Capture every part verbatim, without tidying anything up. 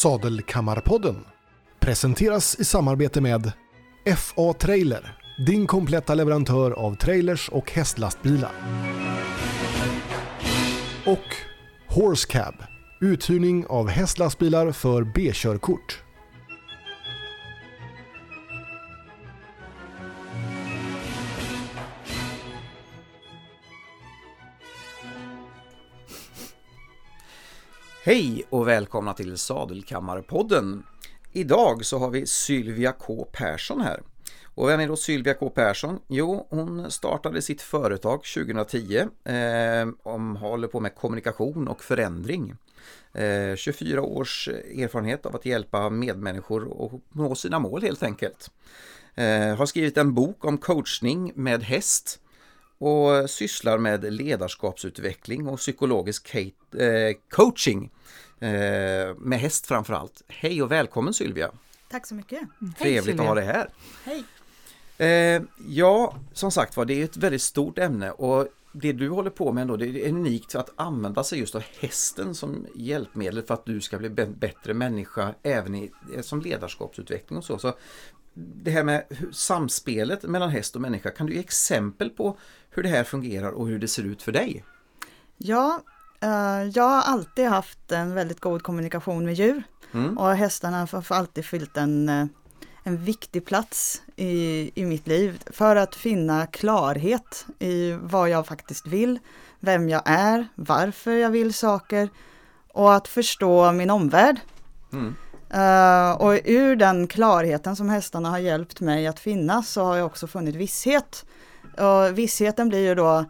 Sadelkammarpodden presenteras i samarbete med F A Trailer, din kompletta leverantör av trailers och hästlastbilar. Och Horse Cab, uthyrning av hästlastbilar för B-körkort. Hej och välkomna till Sadelkammarpodden. Idag så har vi Sylvia K. Persson här. Och vem är då Sylvia K. Persson? Jo, hon startade sitt företag tjugohundratio. Eh, om håller på med kommunikation och förändring. Eh, tjugofyra års erfarenhet av att hjälpa medmänniskor att nå sina mål helt enkelt. Eh, har skrivit en bok om coachning med häst. Och sysslar med ledarskapsutveckling och psykologisk coaching med häst framförallt. Hej och välkommen Sylvia. Tack så mycket. Mm. Trevligt att ha dig här. Hej. Ja, som sagt var, det är ett väldigt stort ämne och det du håller på med ändå, det är unikt att använda sig just av hästen som hjälpmedel för att du ska bli en bättre människa även i, som ledarskapsutveckling och så. Så det här med samspelet mellan häst och människa, kan du ge exempel på hur det här fungerar och hur det ser ut för dig? Ja, jag har alltid haft en väldigt god kommunikation med djur. Mm. Och hästarna har alltid fyllt en, en viktig plats i, i mitt liv för att finna klarhet i vad jag faktiskt vill, vem jag är, varför jag vill saker och att förstå min omvärld. Mm. Uh, och ur den klarheten som hästarna har hjälpt mig att finna så har jag också funnit visshet. Och vissheten blir ju då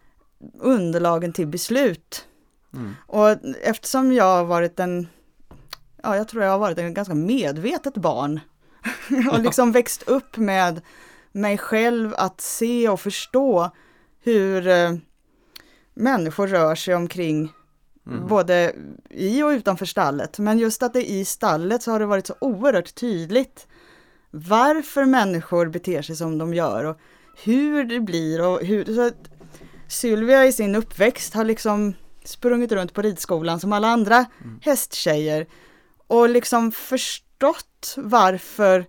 underlagen till beslut. Mm. Och eftersom jag har varit en, ja jag tror jag har varit en ganska medvetet barn och liksom växt upp med mig själv att se och förstå hur uh, människor rör sig omkring. Mm. Både i och utanför stallet. Men just att det i stallet så har det varit så oerhört tydligt varför människor beter sig som de gör och hur det blir. Och hur, så att Sylvia i sin uppväxt har liksom sprungit runt på ridskolan som alla andra mm. hästtjejer och liksom förstått varför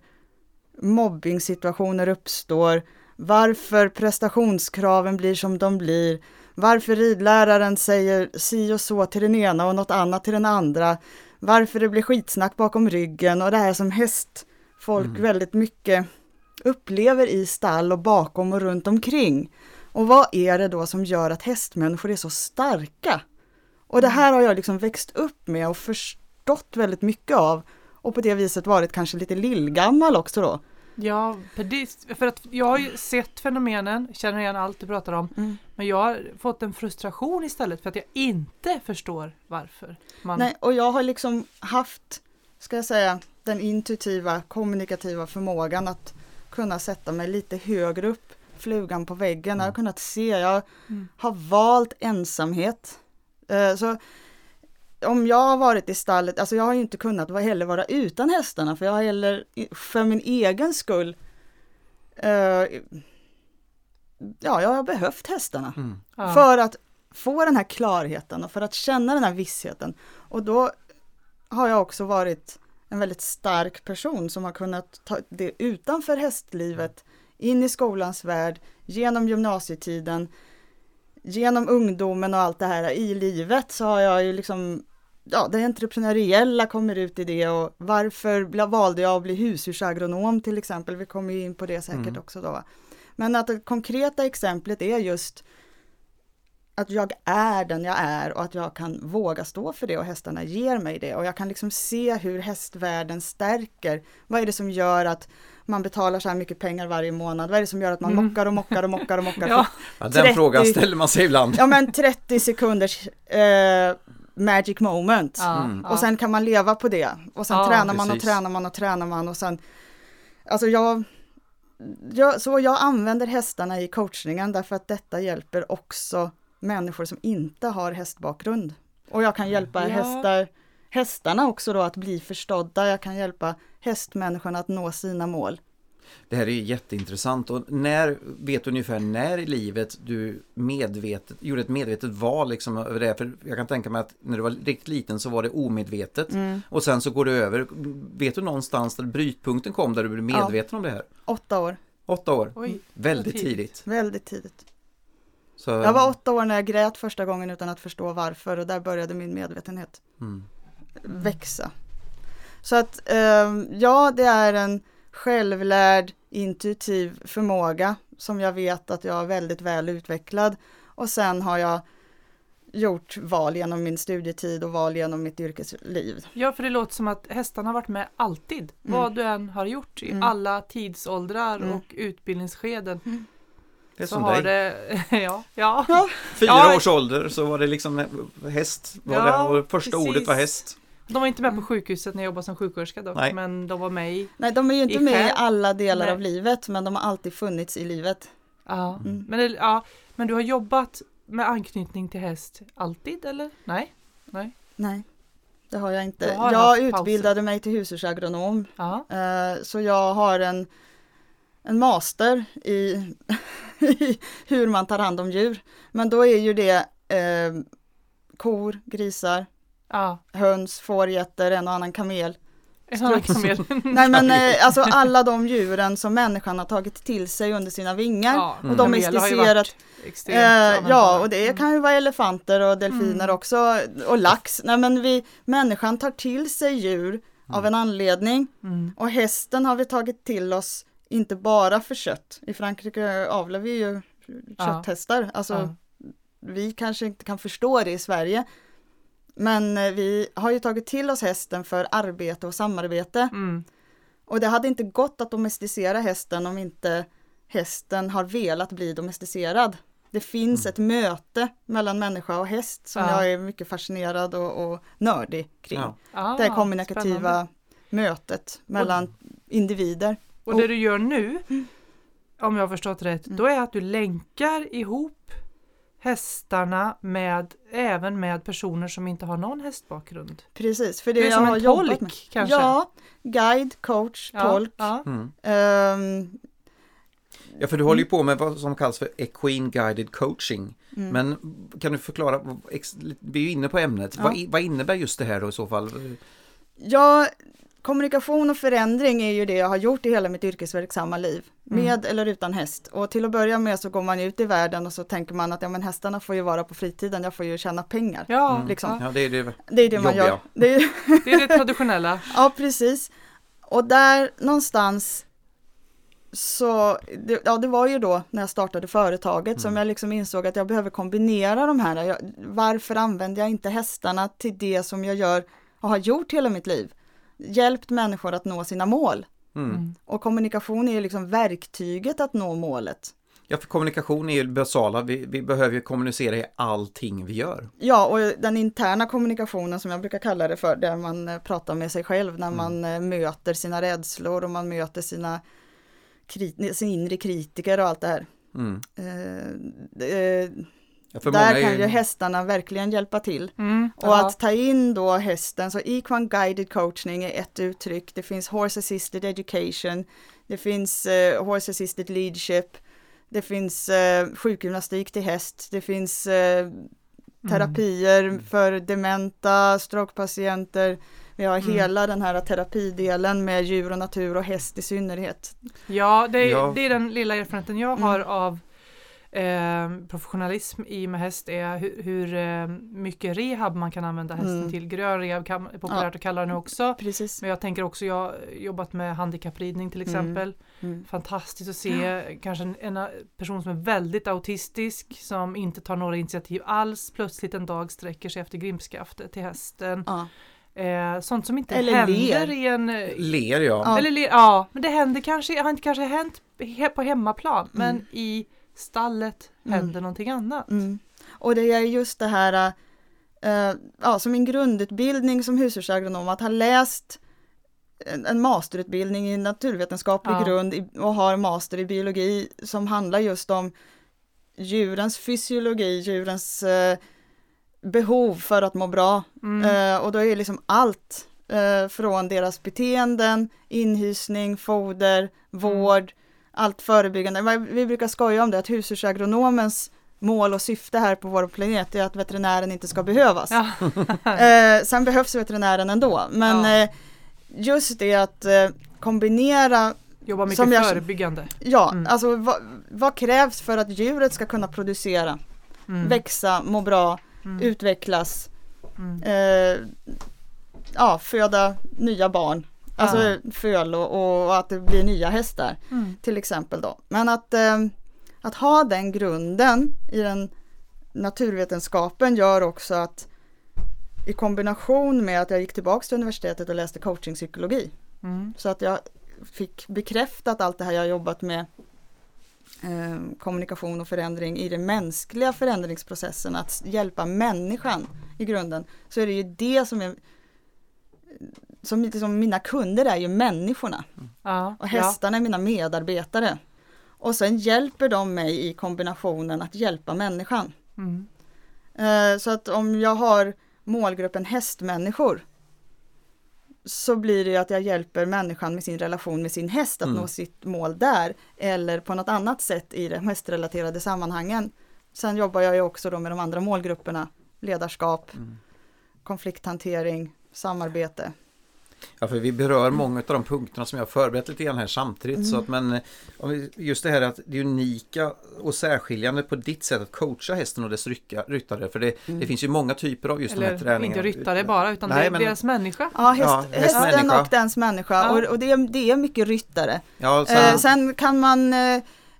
mobbningssituationer uppstår, varför prestationskraven blir som de blir, varför ridläraren säger si och så till den ena och något annat till den andra. Varför det blir skitsnack bakom ryggen och det här som hästfolk mm. väldigt mycket upplever i stall och bakom och runt omkring. Och vad är det då som gör att hästmänniskor är så starka? Och det här har jag liksom växt upp med och förstått väldigt mycket av. Och på det viset varit kanske lite lillgammal också då. Ja, för att jag har ju sett fenomenen, känner igen allt du pratar om. Mm. Men jag har fått en frustration istället för att jag inte förstår varför. Man... Nej, och jag har liksom haft, ska jag säga, den intuitiva, kommunikativa förmågan att kunna sätta mig lite högre upp, flugan på väggen. Mm. Jag har kunnat se, jag mm. har valt ensamhet. Uh, så om jag har varit i stallet, alltså jag har ju inte kunnat heller vara utan hästarna för jag har heller för min egen skull uh, ja, jag har behövt hästarna mm. ja. för att få den här klarheten och för att känna den här vissheten. Och då har jag också varit en väldigt stark person som har kunnat ta det utanför hästlivet, in i skolans värld, genom gymnasietiden, genom ungdomen och allt det här i livet så har jag ju liksom, ja, det entreprenöriella kommer ut i det och varför valde jag att bli husdjursagronom till exempel, vi kommer ju in på det säkert mm. också då. Men att det konkreta exemplet är just att jag är den jag är och att jag kan våga stå för det och hästarna ger mig det och jag kan liksom se hur hästvärlden stärker. Vad är det som gör att man betalar så här mycket pengar varje månad? Vad är det som gör att man mm. mockar och mockar och mockar och mockar? ja. ja, den trettio frågan ställer man sig ibland. Ja, men trettio sekunders eh, magic moment. Mm. Och sen kan man leva på det. Och sen ja, tränar man precis. och tränar man och tränar man och sen, alltså jag, jag, så jag använder hästarna i coachningen därför att detta hjälper också människor som inte har hästbakgrund. Och jag kan hjälpa ja. hästar, hästarna också då att bli förstådda. Jag kan hjälpa hästmänniskorna att nå sina mål. Det här är jätteintressant. Och när, vet du ungefär när i livet du medvetet, gjorde ett medvetet val liksom över det? För jag kan tänka mig att när du var riktigt liten så var det omedvetet. Mm. Och sen så går det över. Vet du någonstans där brytpunkten kom där du blev medveten ja. om det här? Åtta år. Åtta år? Oj, väldigt tidigt. tidigt. Väldigt tidigt. Så... Jag var åtta år när jag grät första gången utan att förstå varför. Och där började min medvetenhet mm. växa. Så att eh, ja, det är en självlärd, intuitiv förmåga som jag vet att jag är väldigt väl utvecklad. Och sen har jag gjort val genom min studietid och val genom mitt yrkesliv. Ja, för det låter som att hästarna har varit med alltid. Mm. Vad du än har gjort i mm. alla tidsåldrar mm. och utbildningsskeden. Mm. Det är så som har dig. Det, ja, ja. Ja. Fyra ja. års ålder så var det liksom häst. Var ja, det, och första precis. ordet var häst. De var inte med på sjukhuset när jag jobbade som sjuksköterska dock, Nej. men de var med i Nej, de är ju inte i med själ. i alla delar Nej. av livet, men de har alltid funnits i livet. Ja, Mm. men, det, ja, men du har jobbat med anknytning till häst alltid, eller? Nej? Nej. Nej, det har jag inte. har Jag haft utbildade mig till husdjursagronom, Ja. eh, så jag har en, en master i, i hur man tar hand om djur. Men då är ju det eh, kor, grisar, Ja. höns, fårgetter, en och annan kamel. En annan kamel. Nej, men eh, alltså alla de djuren som människan har tagit till sig under sina vingar. Ja, och de domesticerat. Eh, ja, och det kan ju vara elefanter och delfiner Mm. också, och lax. Nej, men vi, människan tar till sig djur mm. av en anledning. Mm. Och hästen har vi tagit till oss inte bara för kött. I Frankrike avlar vi ju kötthästar. Alltså, Ja. vi kanske inte kan förstå det i Sverige. Men eh, vi har ju tagit till oss hästen för arbete och samarbete. Mm. Och det hade inte gått att domesticera hästen om inte hästen har velat bli domesticerad. Det finns mm. ett möte mellan människa och häst som Ja. jag är mycket fascinerad och, och nördig kring. Ja. Ah, det kommunikativa spännande. mötet mellan och, individer. Och, och det du gör nu, mm. om jag har förstått rätt, Mm. då är att du länkar ihop hästarna med, även med personer som inte har någon hästbakgrund. Precis, för det Du är jag som har en jobbat tolk, med. kanske? Ja, guide, coach, Ja, tolk. ja. Mm. Um, Ja, för du håller ju på med vad som kallas för equine guided coaching. Mm. Men kan du förklara, vi är ju inne på ämnet, Ja. vad, vad innebär just det här då i så fall? Ja, kommunikation och förändring är ju det jag har gjort i hela mitt yrkesverksamma liv. Med Mm. eller utan häst. Och till att börja med så går man ut i världen och så tänker man att ja, men hästarna får ju vara på fritiden, jag får ju tjäna pengar. Ja, Mm. liksom. Ja, det är det, Det är det man jobbiga. gör. Det är, det är det traditionella. ja, precis. Och där någonstans så, det, ja det var ju då när jag startade företaget mm. som jag liksom insåg att jag behöver kombinera de här. Jag, varför använder jag inte hästarna till det som jag gör och har gjort hela mitt liv? Hjälpt människor att nå sina mål. Mm. Mm. Och kommunikation är ju liksom verktyget att nå målet. Ja, för kommunikation är ju basala. Vi, vi behöver ju kommunicera i allting vi gör. Ja, och den interna kommunikationen som jag brukar kalla det för, där man eh, pratar med sig själv, när Mm. man eh, möter sina rädslor och man möter sina, krit- sin inre kritiker och allt det här. Mm. Eh, eh, Ja, för där många kan är ju hästarna verkligen hjälpa till. Mm. Och Ja. att ta in då hästen, så equine guided coaching är ett uttryck. Det finns horse assisted education, det finns eh, horse assisted leadership, det finns eh, sjukgymnastik till häst, det finns eh, terapier Mm. för dementa, strokepatienter. Vi har Mm. hela den här terapidelen med djur och natur och häst i synnerhet. Ja, det är, Ja. det är den lilla erfarenheten jag Mm. har av eh, professionalism i med häst, är hur, hur eh, mycket rehab man kan använda hästen Mm. till. Grön rehab kan, är populärt Ja. att kalla det nu också. Precis. Men jag tänker också, jag har jobbat med handikappridning till exempel. Mm. Fantastiskt att se kanske en, en person som är väldigt autistisk, som inte tar några initiativ alls, plötsligt en dag sträcker sig efter grimskaftet till hästen. Ja. Eh, sånt som inte Eller händer ler. i en... Ler, ja. Ja. Eller ler, ja, men det händer kanske, har inte kanske hänt he, på hemmaplan, men Mm. i stallet Mm. händer någonting annat. Mm. Och det är just det här, uh, ja, som min grundutbildning som husdjursagronom, att ha läst en, en masterutbildning i naturvetenskaplig Ja. grund i, och har master i biologi som handlar just om djurens fysiologi, djurens uh, behov för att må bra. Mm. Uh, och då är liksom allt eh, från deras beteenden, inhysning, foder, vård, mm. allt förebyggande. Vi brukar skoja om det, att husdjursagronomens mål och syfte här på vår planet är att veterinären inte ska behövas. Ja. eh, sen behövs veterinären ändå, men ja. eh, just det att eh, kombinera. Jobba mycket jag, förebyggande. Ja, mm. alltså vad, vad krävs för att djuret ska kunna producera, mm. växa, må bra, mm. utvecklas, mm. Eh, ja, föda nya barn. Alltså ja. föl och, och att det blir nya hästar mm. till exempel då. Men att, eh, att ha den grunden i den naturvetenskapen gör också att i kombination med att jag gick tillbaka till universitetet och läste coachingpsykologi. Mm. Så att jag fick bekräftat allt det här jag jobbat med eh, kommunikation och förändring i den mänskliga förändringsprocessen, att hjälpa människan i grunden, så är det ju det som är som liksom mina kunder är ju människorna. Mm. Och hästarna ja. är mina medarbetare. Och sen hjälper de mig i kombinationen att hjälpa människan. Mm. Eh, så att om jag har målgruppen hästmänniskor, så blir det att jag hjälper människan med sin relation med sin häst att mm. nå sitt mål där, eller på något annat sätt i de hästrelaterade sammanhangen. Sen jobbar jag ju också då med de andra målgrupperna, ledarskap, mm. konflikthantering, samarbete. Ja, för vi berör många av de punkterna som jag har förberett lite grann här samtidigt. Mm. Så att, men just det här att det är unika och särskiljande på ditt sätt att coacha hästen och dess rycka, ryttare. För det, mm. det finns ju många typer av just Eller, de här träningarna. Inte ryttare bara, utan Nej, det är men, deras människa. Ja, häst, ja hästen hästmänniska. Och dens människa. Ja. Och, och det, är, det är mycket ryttare. Ja, sen, eh, sen kan man... Eh,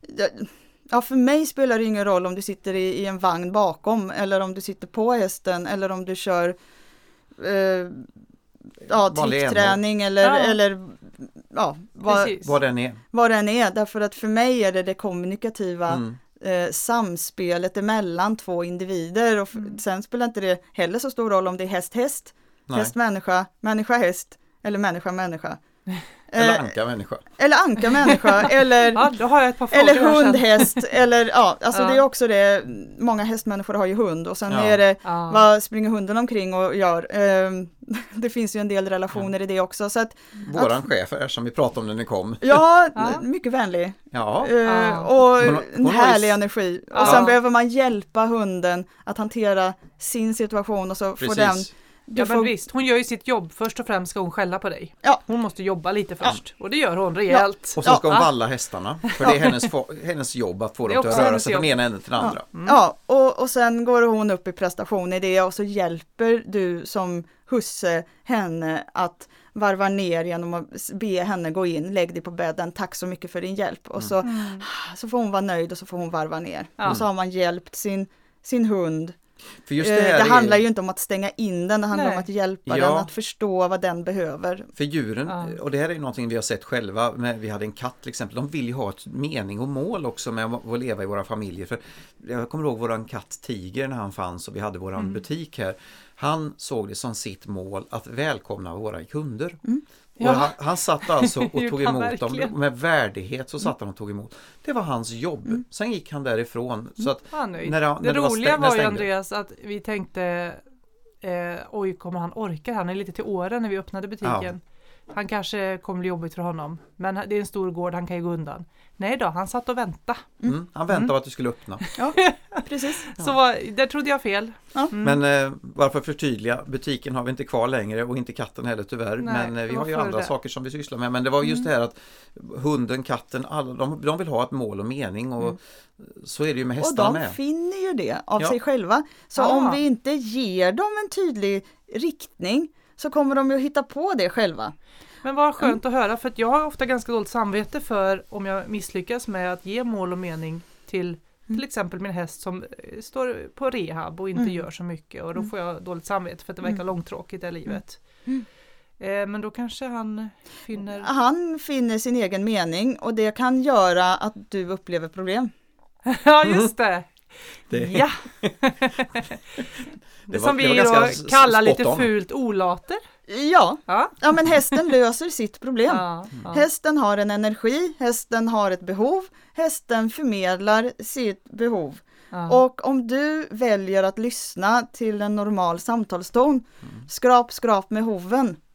ja, för mig spelar det ingen roll om du sitter i, i en vagn bakom, eller om du sitter på hästen, eller om du kör... Eh, ja, trickträning eller, ja. eller ja, vad, vad den är. Vad den är. Därför att för mig är det det kommunikativa mm. eh, samspelet emellan två individer. Och mm. sen spelar inte det heller så stor roll om det är häst-häst, häst-människa, människa-häst eller människa-människa. Eller anka-människa. Eller anka-människa. eller ja, då har jag ett par eller hundhäst. eller, ja, alltså ja. det är också det. Många hästmänniskor har ju hund. Och sen ja. är det, ja. vad springer hunden omkring och gör? Um, det finns ju en del relationer ja. i det också. Så att, Våran att, chef är som vi pratade om när ni kom. Ja, ja. mycket vänlig. Ja. Uh, ja. Och hon, hon en härlig ju... energi. Ja. Och sen behöver man hjälpa hunden att hantera sin situation. Och så Precis. får den... Du ja, får... men visst, hon gör ju sitt jobb. Först och främst ska hon skälla på dig. Ja. Hon måste jobba lite först. Ja. Och det gör hon rejält. Ja. Och så ska hon valla hästarna. För det är hennes, hennes jobb att få dem att röra sig från ena änden till den andra. Ja, mm. ja och, och sen går hon upp i prestation i det. Och så hjälper du som husse henne att varva ner genom att be henne gå in. Lägg dig på bädden. Tack så mycket för din hjälp. Och så, mm. så får hon vara nöjd och så får hon varva ner. Ja. Och så har man hjälpt sin, sin hund. För just det här det handlar är... ju inte om att stänga in den, det handlar Nej. om att hjälpa ja. den att förstå vad den behöver. För djuren, ja. och det här är ju någonting vi har sett själva, med, vi hade en katt till exempel, de vill ju ha ett mening och mål också med att leva i våra familjer. För jag kommer ihåg våran katt Tiger när han fanns och vi hade våran mm. butik här. Han såg det som sitt mål att välkomna våra kunder. Mm. Ja. Han, han satt alltså och tog emot dem med värdighet, så satt han och tog emot. Det var hans jobb. Mm. Sen gick han därifrån. Så att han när det, när det, det roliga var, var ju Andreas att vi tänkte eh, oj, kommer han orka? Han är lite till åren när vi öppnade butiken. Ja. Han kanske kommer bli jobbigt för honom. Men det är en stor gård, han kan ju gå undan. Nej då, han satt och väntade. Mm. Mm. Han väntade mm. att du skulle öppna. Ja, precis. Så var, där trodde jag fel. Ja. Mm. Men eh, bara för att förtydliga, butiken har vi inte kvar längre och inte katten heller tyvärr. Nej, men eh, vi har ju andra det. saker som vi sysslar med. Men det var just mm. det här att hunden, katten, alla, de, de vill ha ett mål och mening och mm. så är det ju med hästarna med. Och de med. finner ju det av ja. sig själva. Så ah. om vi inte ger dem en tydlig riktning så kommer de ju hitta på det själva. Men vad skönt mm. att höra, för att jag har ofta ganska dåligt samvete för om jag misslyckas med att ge mål och mening till mm. till exempel min häst som står på rehab och inte mm. gör så mycket, och då får jag dåligt samvete för att det verkar mm. långtråkigt i livet. Mm. Eh, men då kanske han finner... Han finner sin egen mening och det kan göra att du upplever problem. Ja, just det. det. Ja. det var, som vi då kallar lite fult olater. Ja. Ja. ja, men hästen löser sitt problem. Ja, ja. Hästen har en energi, hästen har ett behov, hästen förmedlar sitt behov. Ja. Och om du väljer att lyssna till en normal samtalston, mm. skrap, skrap med hoven,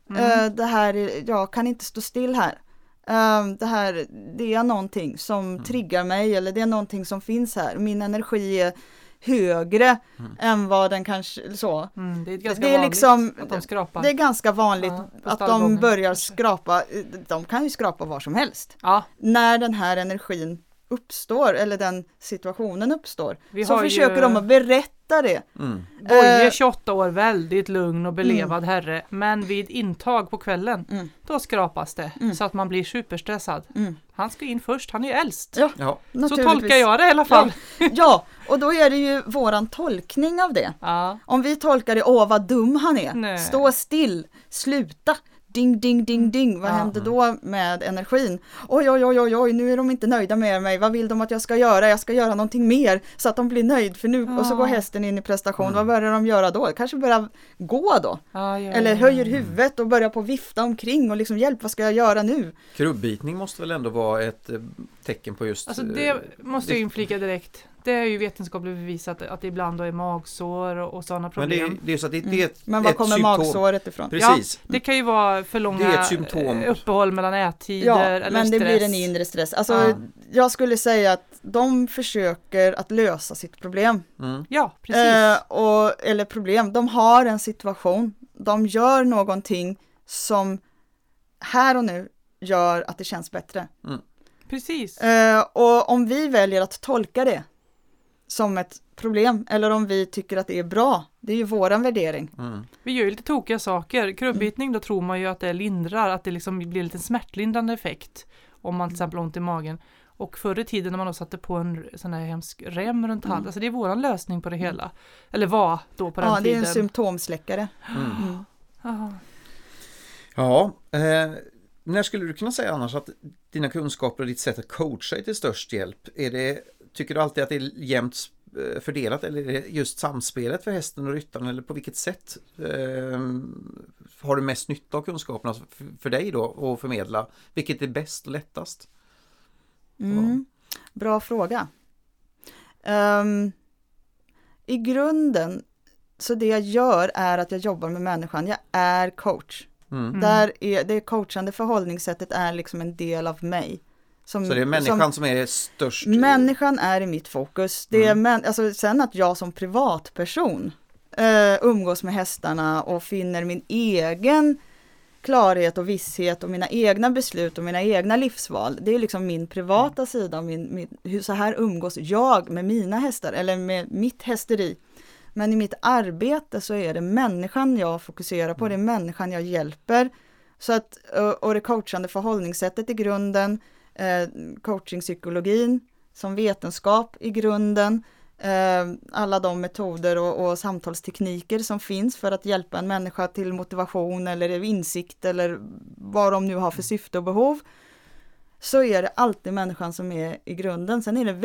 Mm. Uh, det här, jag kan inte stå still här. Uh, det här, det är någonting som mm. triggar mig, eller det är någonting som finns här. Min energi är högre mm. än vad den kanske så. Mm, det är ganska det är vanligt liksom, att de skrapar. Det är ganska vanligt ja, att de börjar skrapa. De kan ju skrapa var som helst. Ja. När den här energin uppstår, eller den situationen uppstår, Vi så försöker ju... de att berätta det. Mm. Boje, uh, tjugoåtta år, väldigt lugn och belevad mm. herre, men vid intag på kvällen mm. då skrapas det mm. så att man blir superstressad. Mm. Han ska in först, han är ju äldst. Ja, ja. Så tolkar jag det i alla fall. Ja. ja, och då är det ju våran tolkning av det. Ja. Om vi tolkar det, åh vad dum han är, Nej. stå still, sluta. Ding, ding, ding, ding. Vad ja. händer då med energin? Oj, oj, oj, oj, oj, nu är de inte nöjda med mig. Vad vill de att jag ska göra? Jag ska göra någonting mer så att de blir nöjd. För nu, ja. och så går hästen in i prestation. Mm. Vad börjar de göra då? Kanske börja gå då. Ja, ja, Eller ja, höjer ja. huvudet och börjar på vifta omkring och liksom, hjälp, vad ska jag göra nu? Krubbitning måste väl ändå vara ett eh, tecken på just... Alltså det måste jag inflika direkt. Det är ju vetenskapligt bevisat att det ibland då är magsår och, och sådana problem. Men det är, det är så att det, det är ett, Men var ett kommer symptom. magsåret ifrån? Precis. Ja, det kan ju vara för långa Det är ett symptom. uppehåll mellan ättider Ja, eller men stress. det blir en inre stress. Alltså, Ja. jag skulle säga att de försöker att lösa sitt problem. Mm. Ja, precis. Eh, och, eller problem. De har en situation. De gör någonting som här och nu gör att det känns bättre. Mm. Precis. Eh, och om vi väljer att tolka det som ett problem, eller om vi tycker att det är bra, det är ju våran värdering. Mm. Vi gör ju lite tokiga saker. Krubbitning, då tror man ju att det lindrar, att det liksom blir lite smärtlindrande effekt om man till exempel har ont i magen. Och förr i tiden när man då satte på en sån här hemsk rem runt halsen, mm. alltså det är våran lösning på det hela. Eller var då på den ja, tiden. Ja, det är en symptomsläckare. Mm. Mm. Aha. Ja, eh, när skulle du kunna säga annars att dina kunskaper och ditt sätt att coacha är till störst hjälp? Är det, tycker du alltid att det är jämnt fördelat, eller är det just samspelet för hästen och ryttaren, eller på vilket sätt eh, har du mest nytta av kunskaperna för, för dig då att förmedla? Vilket är bäst och lättast? Mm. Bra fråga. Um, I grunden, så det jag gör är att jag jobbar med människan. Jag är coach. Mm. Där är, det coachande förhållningssättet är liksom en del av mig. Som, så det är människan som, som är störst? Människan är i mitt fokus. Det är mm. män, alltså, sen att jag som privatperson uh, umgås med hästarna och finner min egen klarhet och visshet och mina egna beslut och mina egna livsval. Det är liksom min privata sida. Min, min, hur så här umgås jag med mina hästar eller med mitt hästeri. Men i mitt arbete så är det människan jag fokuserar på. Det är människan jag hjälper. Så att, och det coachande förhållningssättet i grunden, eh, coachingpsykologin som vetenskap i grunden, eh, alla de metoder och, och samtalstekniker som finns för att hjälpa en människa till motivation eller insikt eller vad de nu har för syfte och behov, så är det alltid människan som är i grunden. Sen är det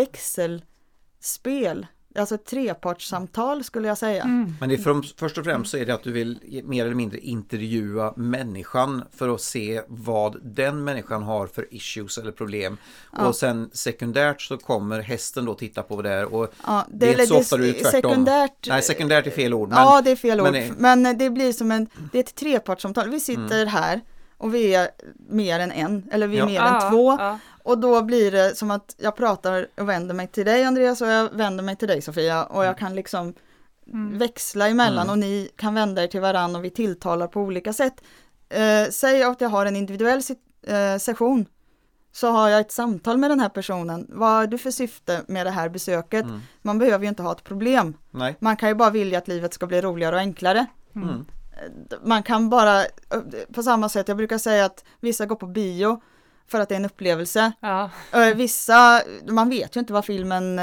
växelspel. Alltså ett trepartssamtal skulle jag säga. Mm. Men det är för, först och främst så är det att du vill mer eller mindre intervjua människan för att se vad den människan har för issues eller problem. Ja. Och sen sekundärt så kommer hästen då titta på det där. Och ja, det, det är inte så det, ofta du är tvärtom. Sekundärt, Nej, sekundärt är fel ord. Men, ja, det är fel ord. Men, men det blir som en, det är ett trepartssamtal. Vi sitter mm. här och vi är mer än en, eller vi är ja. mer ah, än två. Ah. Och då blir det som att jag pratar och vänder mig till dig Andreas och jag vänder mig till dig Sofia och jag kan liksom mm. växla emellan mm. och ni kan vända er till varann och vi tilltalar på olika sätt. Eh, säg att jag har en individuell eh, session, så har jag ett samtal med den här personen. Vad har du för syfte med det här besöket? Mm. Man behöver ju inte ha ett problem. Nej. Man kan ju bara vilja att livet ska bli roligare och enklare. Mm. Man kan bara, på samma sätt, jag brukar säga att vissa går på bio för att det är en upplevelse. Ja. Vissa, man vet ju inte vad filmen,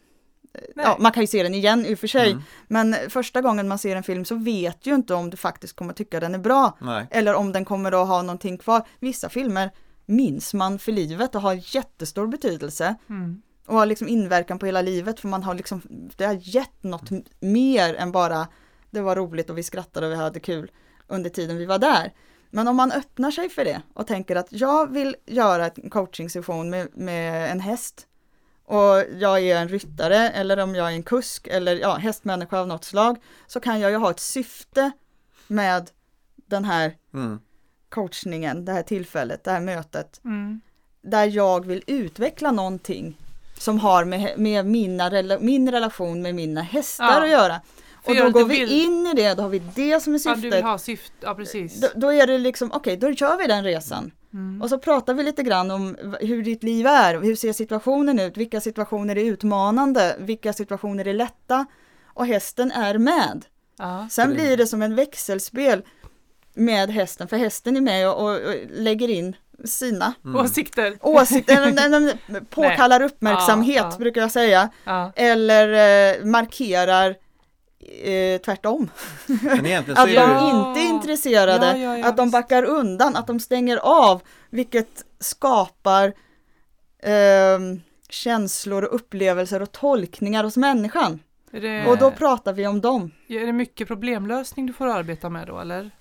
ja, man kan ju se den igen i och för sig, mm. men första gången man ser en film så vet ju inte om du faktiskt kommer tycka den är bra. Nej. Eller om den kommer att ha någonting kvar. Vissa filmer minns man för livet och har jättestor betydelse. Mm. Och har liksom inverkan på hela livet, för man har liksom, det har gett något mm. mer än bara det var roligt och vi skrattade och vi hade kul under tiden vi var där. Men om man öppnar sig för det och tänker att jag vill göra en coaching-session med, med en häst och jag är en ryttare eller om jag är en kusk eller ja, hästmänniska av något slag, så kan jag ju ha ett syfte med den här mm. coachningen, det här tillfället, det här mötet. Mm. Där jag vill utveckla någonting som har med, med mina, min relation med mina hästar Ja. att göra. För Och då jag går inte vi vill- in i det, då har vi det som är Ja, syftet. du vill ha syfte, ja precis. Då, då är det liksom, okej, okay, då kör vi den resan. Mm. Och så pratar vi lite grann om v- hur ditt liv är, hur ser situationen ut, vilka situationer är utmanande, vilka situationer är lätta. Och hästen är med. Ja. Sen blir det som en växelspel med hästen, för hästen är med och, och, och lägger in sina Åsikter. åsikter, den, den, den påkallar uppmärksamhet Ja, ja. brukar jag säga, Ja. eller eh, markerar eh, tvärtom. Men egentligen så Att är de det Ja. inte är intresserade, Ja, ja, ja, att de visst. backar undan, att de stänger av, vilket skapar eh, känslor och upplevelser och tolkningar hos människan. Är det, Och då pratar vi om dem. är det mycket problemlösning du får arbeta med då eller?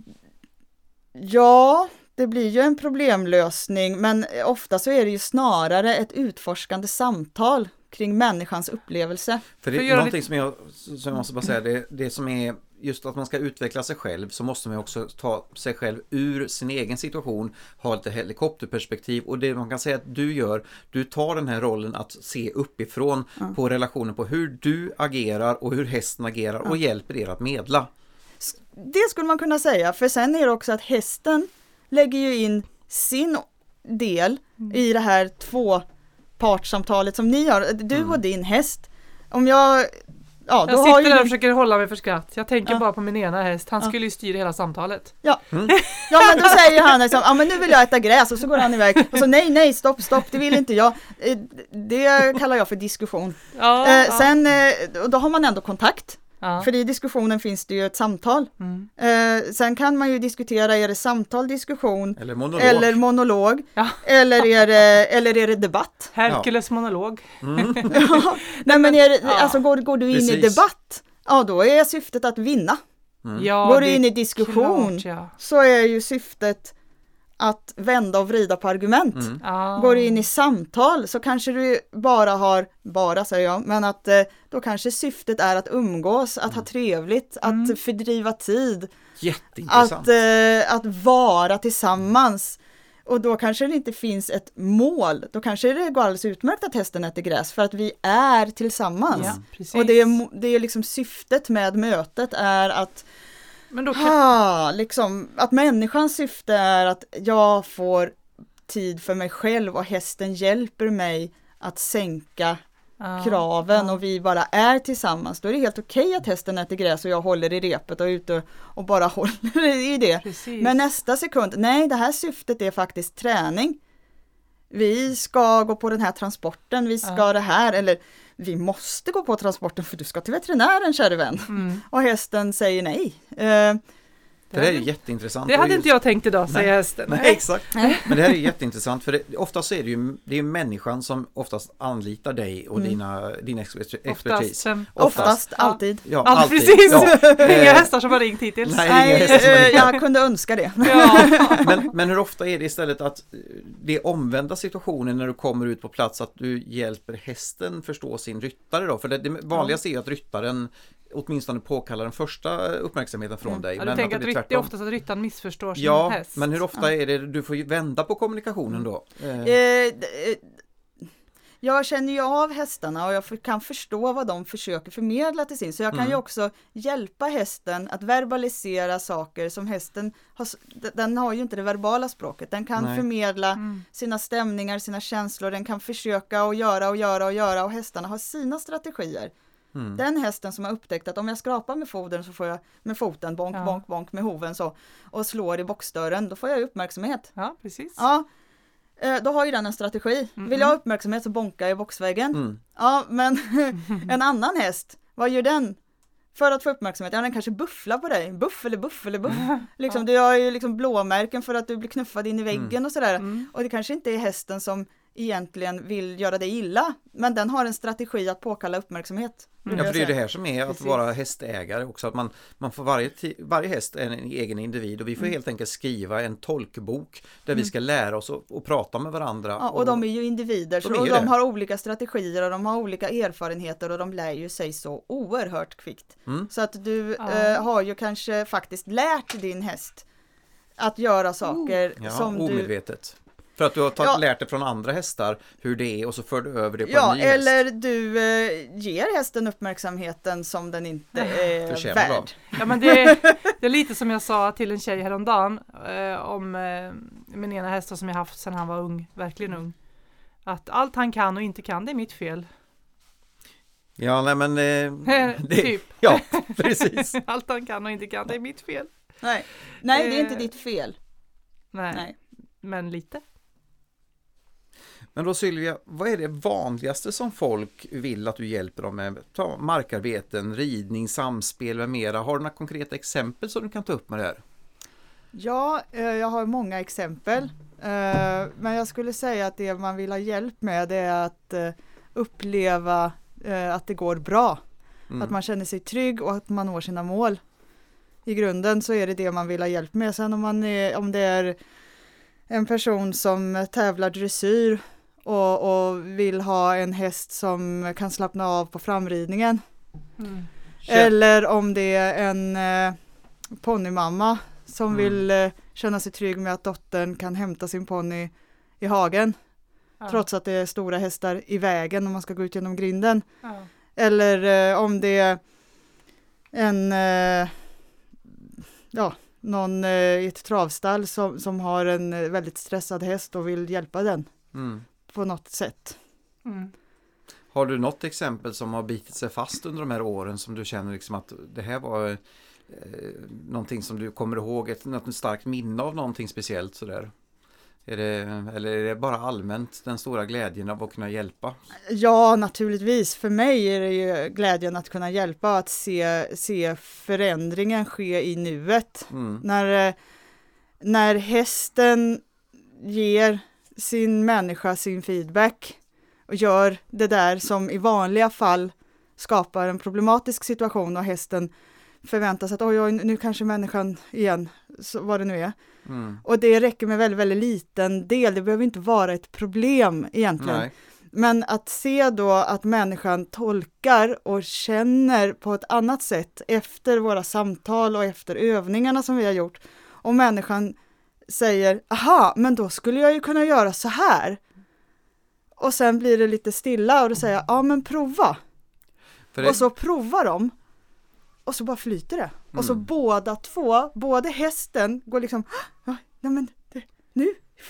Ja, det blir ju en problemlösning, men ofta så är det ju snarare ett utforskande samtal kring människans upplevelse. För det För är göra någonting lite- som jag, som jag måste bara säga, det, det som är just att man ska utveckla sig själv, så måste man också ta sig själv ur sin egen situation, ha lite helikopterperspektiv, och det man kan säga att du gör, du tar den här rollen att se uppifrån Ja. på relationen, på hur du agerar och hur hästen agerar och hjälper er att medla. Det skulle man kunna säga, för sen är det också att hästen lägger ju in sin del i det här tvåpartssamtalet som ni har, du och din häst. Om jag, ja, då Jag har sitter ju där och du, försöker hålla mig för skratt. Jag tänker Ja. bara på min ena häst. Han Ja. skulle ju styra hela samtalet. ja. ja, men då säger han liksom, ja men nu vill jag äta gräs, och så går han iväg och så nej, nej, stopp, stopp, det vill inte jag. Eh, Det kallar jag för diskussion. Ja, Eh, ja. sen, eh, och då har man ändå kontakt. Ja. För i diskussionen finns det ju ett samtal. Mm. Eh, sen kan man ju diskutera, är det samtal, diskussion Eller monolog. eller monolog, Ja. eller, är det, eller är det debatt? Herkules monolog. Nej men är det, ja. alltså går, går du in i Precis. debatt, ja då är syftet att vinna. Ja, Går det du är in i diskussion, klart, ja. så är ju syftet att vända och vrida på argument. Ja. Går du in i samtal så kanske du bara har, bara säger jag, men att eh, då kanske syftet är att umgås, att ha trevligt, att fördriva tid, Jätteintressant. att, eh, att vara tillsammans. Och då kanske det inte finns ett mål, då kanske det går alldeles utmärkt att hästen äter gräs, för att vi är tillsammans. Ja, precis. Och det är, mo- det är liksom syftet med mötet är att Men då kan... Ah, liksom, att människans syfte är att jag får tid för mig själv och hästen hjälper mig att sänka Ja, kraven ja. och vi bara är tillsammans. Då är det helt okej att hästen äter gräs och jag håller i repet och är ute och bara håller i det. Precis. Men nästa sekund, nej det här syftet är faktiskt träning. Vi ska gå på den här transporten, vi ska Ja. det här, eller vi måste gå på transporten för du ska till veterinären, kära vän. Mm. Och hästen säger nej. Eh, För det här är jätteintressant. Det Och hade just- inte jag tänkt idag, säger hästen. Nej, exakt. Men det här är jätteintressant, för det, oftast så är det ju det är människan som oftast anlitar dig och dina, din exper- expertis. Oftast. um, Oftast, Ja. alltid. Ja, Ja, alltid. precis. Ja. Inga Eh, hästar som har ringt hittills. Nej. Nej, inga hästar som är eh, lika. jag kunde önska det. Ja. Men, men hur ofta är det istället att eh, det är omvända situationen när du kommer ut på plats, att du hjälper hästen förstå sin ryttare då? För det, det vanligaste är ju att ryttaren åtminstone påkallar den första uppmärksamheten från dig. Ja, du men tänker att att det rytt, blir det är tvärtom. oftast att ryttaren missförstår sin Ja, häst. men hur ofta är det du får ju vända på kommunikationen då? Eh, Eh, d- eh, jag känner ju av hästarna och jag för, kan förstå vad de försöker förmedla till sin. Så jag kan Mm. ju också hjälpa hästen att verbalisera saker som hästen har, s- d- den har ju inte det verbala språket. Den kan Nej. förmedla Mm. sina stämningar, sina känslor. Den kan försöka och göra och göra och göra och hästarna har sina strategier. mm. Den hästen som har upptäckt att om jag skrapar med foten så får jag med foten, bonk, Ja. bonk, bonk med hoven så och slår i boxdörren, då får jag ju uppmärksamhet. Ja, precis. Ja, eh, då har ju den en strategi. Vill jag ha uppmärksamhet så bonkar jag i boxväggen. Mm. Ja, men en annan häst, vad gör den? För att få uppmärksamhet, ja den kanske bufflar på dig. Buff eller buff eller buff. Liksom, du har ju liksom blåmärken för att du blir knuffad in i väggen och sådär. Mm. Och det kanske inte är hästen som egentligen vill göra dig illa, men den har en strategi att påkalla uppmärksamhet. Ja, för det är det här som är att Precis. vara hästägare också, att man, man får varje, ti- varje häst är en egen individ och vi får Mm. helt enkelt skriva en tolkbok där vi ska lära oss att, att prata med varandra. Ja, och de är ju individer De så, är och ju de det. har olika strategier och de har olika erfarenheter och de lär ju sig så oerhört kvickt. Mm. Så att du Ja. eh, har ju kanske faktiskt lärt din häst att göra saker ja, som du... omedvetet. För att du har tagit, Ja. lärt dig från andra hästar hur det är och så för du över det på Ja, en ny häst. eller du eh, ger hästen uppmärksamheten som den inte är Förtjänar av. värd. Ja, men det, det är lite som jag sa till en tjej häromdagen eh, om eh, min ena häst som jag haft sedan han var ung, verkligen ung. Att allt han kan och inte kan, det är mitt fel. Ja, nej men... Eh, det, Typ. Ja, precis. Allt han kan och inte kan, det är mitt fel. Nej, Nej det är inte Eh, ditt fel. Nej, Nej. men lite. Men då Sylvia, vad är det vanligaste som folk vill att du hjälper dem med? Ta markarbeten, ridning, samspel med mera. Har du några konkreta exempel som du kan ta upp med det här? Ja, eh, jag har många exempel. Eh, men jag skulle säga att det man vill ha hjälp med det är att eh, uppleva eh, att det går bra. Mm. Att man känner sig trygg och att man når sina mål. I grunden så är det det man vill ha hjälp med. Sen om, man är, om det är en person som tävlar dressyr och, och vill ha en häst som kan slappna av på framridningen. Mm. Eller om det är en eh, ponnymamma som Mm. vill eh, känna sig trygg med att dottern kan hämta sin ponny i hagen. Ja. Trots att det är stora hästar i vägen om man ska gå ut genom grinden. Ja. Eller eh, om det är en eh, ja, någon eh, i ett travstall som, som har en eh, väldigt stressad häst och vill hjälpa den Mm. på något sätt. Mm. Har du något exempel som har bitit sig fast under de här åren som du känner liksom att det här var eh, någonting som du kommer ihåg, ett, något starkt minne av någonting speciellt sådär? Är det, eller är det bara allmänt den stora glädjen av att kunna hjälpa? Ja, naturligtvis. För mig är det ju glädjen att kunna hjälpa, att se, se förändringen ske i nuet. Mm. När, eh, när hästen ger sin människa sin feedback och gör det där som i vanliga fall skapar en problematisk situation och hästen förväntar sig att oj, oj, nu kanske människan igen, så vad det nu är. Mm. Och det räcker med väldigt, väldigt liten del, det behöver inte vara ett problem egentligen. Nej. Men att se då att människan tolkar och känner på ett annat sätt efter våra samtal och efter övningarna som vi har gjort. Och människan säger, aha, men då skulle jag ju kunna göra så här. Och sen blir det lite stilla och då säger jag, ja men prova. För det, Och så provar de. Och så bara flyter det. Mm. Och så båda två, både hästen går liksom, ja, nej men det, nu,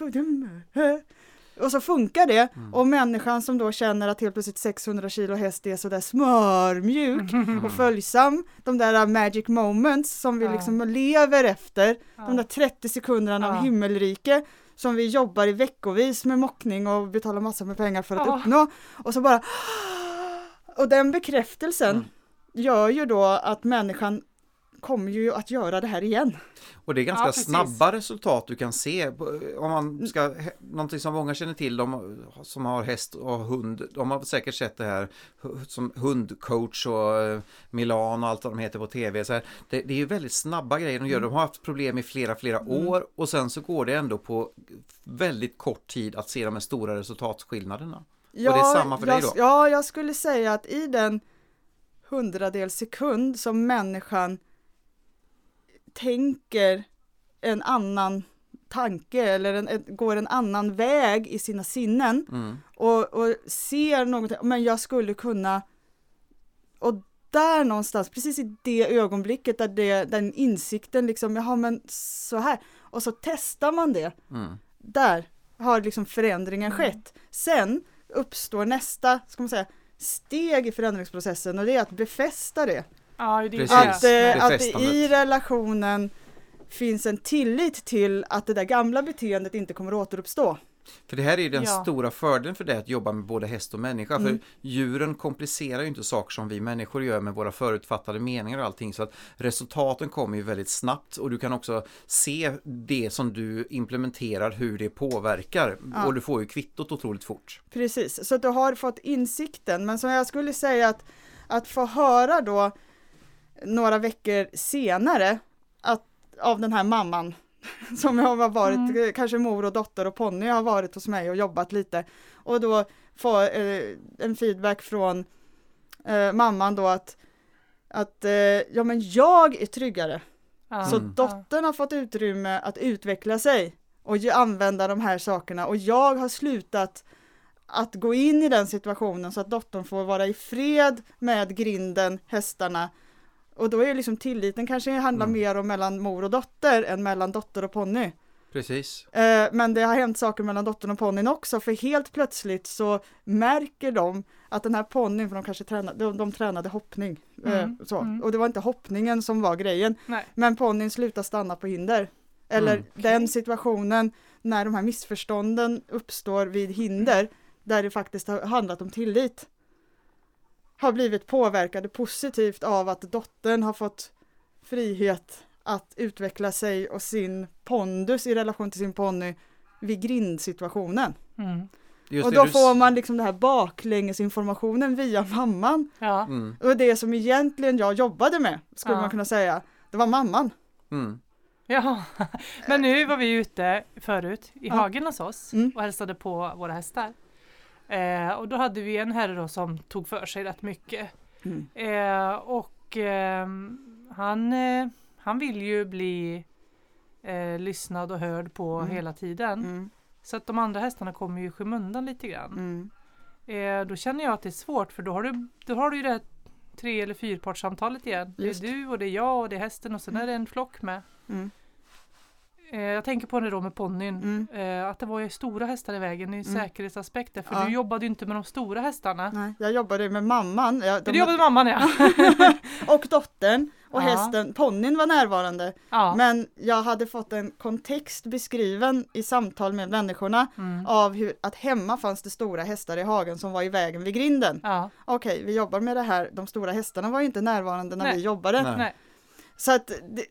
och så funkar det. Mm. Och människan som då känner att helt plötsligt sexhundra kilo häst är sådär smörmjuk mm. och följsam. De där magic moments som vi ja. liksom lever efter. Ja. De där trettio sekunderna ja. av himmelrike som vi jobbar i veckovis med mockning och betalar massor med pengar för att ja. uppnå. Och så bara, och den bekräftelsen mm. gör ju då att människan kommer ju att göra det här igen. Och det är ganska ja, snabba resultat du kan se. Om man ska, någonting som många känner till, de som har häst och hund, de har säkert sett det här som hundcoach och Milan och allt vad de heter på tv. Så här, det, det är ju väldigt snabba grejer de gör. De har haft problem i flera, flera mm. år och sen så går det ändå på väldigt kort tid att se de här stora resultatskillnaderna. Ja, och det är samma för jag, dig då? Ja, jag skulle säga att i den hundradels sekund som människan tänker en annan tanke eller en, ett, går en annan väg i sina sinnen mm. och, och ser något, men jag skulle kunna, och där någonstans, precis i det ögonblicket där det, den insikten liksom, jaha men så här, och så testar man det mm. där har liksom förändringen mm. skett. Sen uppstår nästa, ska man säga, steg i förändringsprocessen och det är att befästa det. Ja, det är att, äh, att det i relationen finns en tillit till att det där gamla beteendet inte kommer att återuppstå. För det här är ju den ja. stora fördelen för det att jobba med både häst och människa. Mm. För djuren komplicerar ju inte saker som vi människor gör med våra förutfattade meningar och allting. Så att resultaten kommer ju väldigt snabbt och du kan också se det som du implementerar, hur det påverkar. Ja. Och du får ju kvittot otroligt fort. Precis, så att du har fått insikten. Men som jag skulle säga att, att få höra då några veckor senare att, av den här mamman som jag har varit, mm. kanske mor och dotter och ponny har varit hos mig och jobbat lite. Och då få eh, en feedback från eh, mamman då att, att eh, ja men jag är tryggare. Ja. Så mm. dottern har fått utrymme att utveckla sig och använda de här sakerna. Och jag har slutat att gå in i den situationen så att dottern får vara i fred med grinden, hästarna. Och då är liksom tilliten kanske handlar mm. mer om mellan mor och dotter än mellan dotter och ponny. Precis. Eh, men det har hänt saker mellan dottern och ponnyn också, för helt plötsligt så märker de att den här ponnyn, för de kanske tränade, de, de tränade hoppning. Eh, mm. Så. Mm. Och det var inte hoppningen som var grejen. Nej. Men ponnyn slutar stanna på hinder. Eller mm. okay. den situationen när de här missförstånden uppstår vid hinder, där det faktiskt har handlat om tillit, har blivit påverkade positivt av att dottern har fått frihet att utveckla sig och sin pondus i relation till sin ponny vid grindsituationen. Mm. Och då får man liksom det här baklängesinformationen via mamman. Ja. Mm. Och det som egentligen jag jobbade med, skulle ja. man kunna säga, det var mamman. Mm. Ja, men nu var vi ute förut i ja. hagen hos oss mm. och hälsade på våra hästar. Eh, och då hade vi en herre då som tog för sig rätt mycket. Mm. Eh, och eh, han, eh, han vill ju bli eh, lyssnad och hörd på mm. hela tiden. Mm. Så att de andra hästarna kommer ju i skymundan lite grann. Mm. Eh, då känner jag att det är svårt, för då har du, då har du ju det här tre- eller fyrpartssamtalet igen. Just. Det är du och det är jag och det är hästen och sen mm. är det en flock med. Mm. Jag tänker på det då med ponnyn, mm. eh, att det var ju stora hästar i vägen i mm. säkerhetsaspekter, för ja. du jobbade ju inte med de stora hästarna. Nej, jag jobbade med mamman. Jag, de, du jobbade med mamman, ja. och dottern och ja. hästen, ponnyn var närvarande. Ja. Men jag hade fått en kontext beskriven i samtal med människorna mm. av hur, att hemma fanns det stora hästar i hagen som var i vägen vid grinden. Ja. Okej, okay, vi jobbar med det här. De stora hästarna var ju inte närvarande när Nej. vi jobbade. Nej. Nej. Så att det,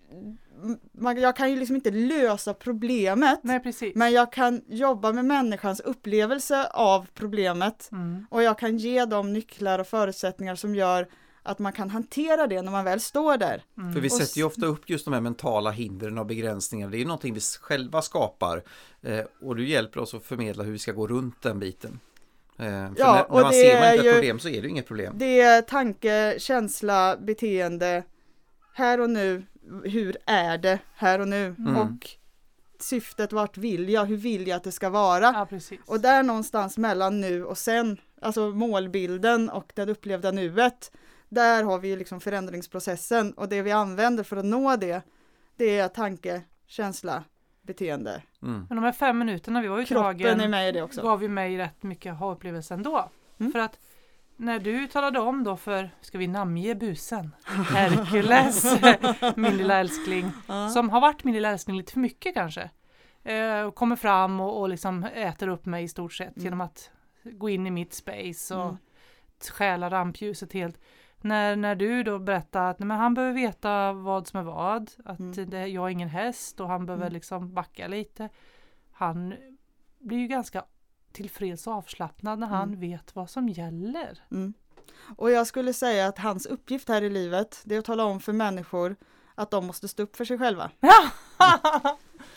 man, jag kan ju liksom inte lösa problemet. Nej, precis. Men jag kan jobba med människans upplevelse av problemet. Mm. Och jag kan ge dem nycklar och förutsättningar som gör att man kan hantera det när man väl står där. Mm. För vi sätter ju ofta upp just de här mentala hindren och begränsningar. Det är ju någonting vi själva skapar. Eh, och du hjälper oss att förmedla hur vi ska gå runt den biten. Eh, för ja, när, och när man det ser man inte ett problem så är det ju inget problem. Det är tanke, känsla, beteende. Här och nu, hur är det här och nu? Mm. Och syftet, vart vill jag? Hur vill jag att det ska vara? Ja, precis. Och där någonstans mellan nu och sen, alltså målbilden och det upplevda nuet, där har vi liksom förändringsprocessen. Och det vi använder för att nå det, det är tanke, känsla, beteende. Mm. Men de här fem minuterna vi var ute i hagen, är med i det också. Gav vi mig rätt mycket ha-upplevelsen då. Mm. För att när du talade om då för, ska vi namnge busen, Herkules, min lilla älskling, ja. som har varit min lilla älskling lite för mycket kanske. Eh, kommer fram och, och liksom äter upp mig i stort sett mm. genom att gå in i mitt space och mm. stjäla rampljuset helt. När, när du då berättar att nej, men han behöver veta vad som är vad, att mm. det, jag är ingen häst och han behöver mm. liksom backa lite. Han blir ju ganska tillfreds och avslappnad när han mm. vet vad som gäller. Mm. Och jag skulle säga att hans uppgift här i livet, det är att tala om för människor att de måste stå upp för sig själva. ja,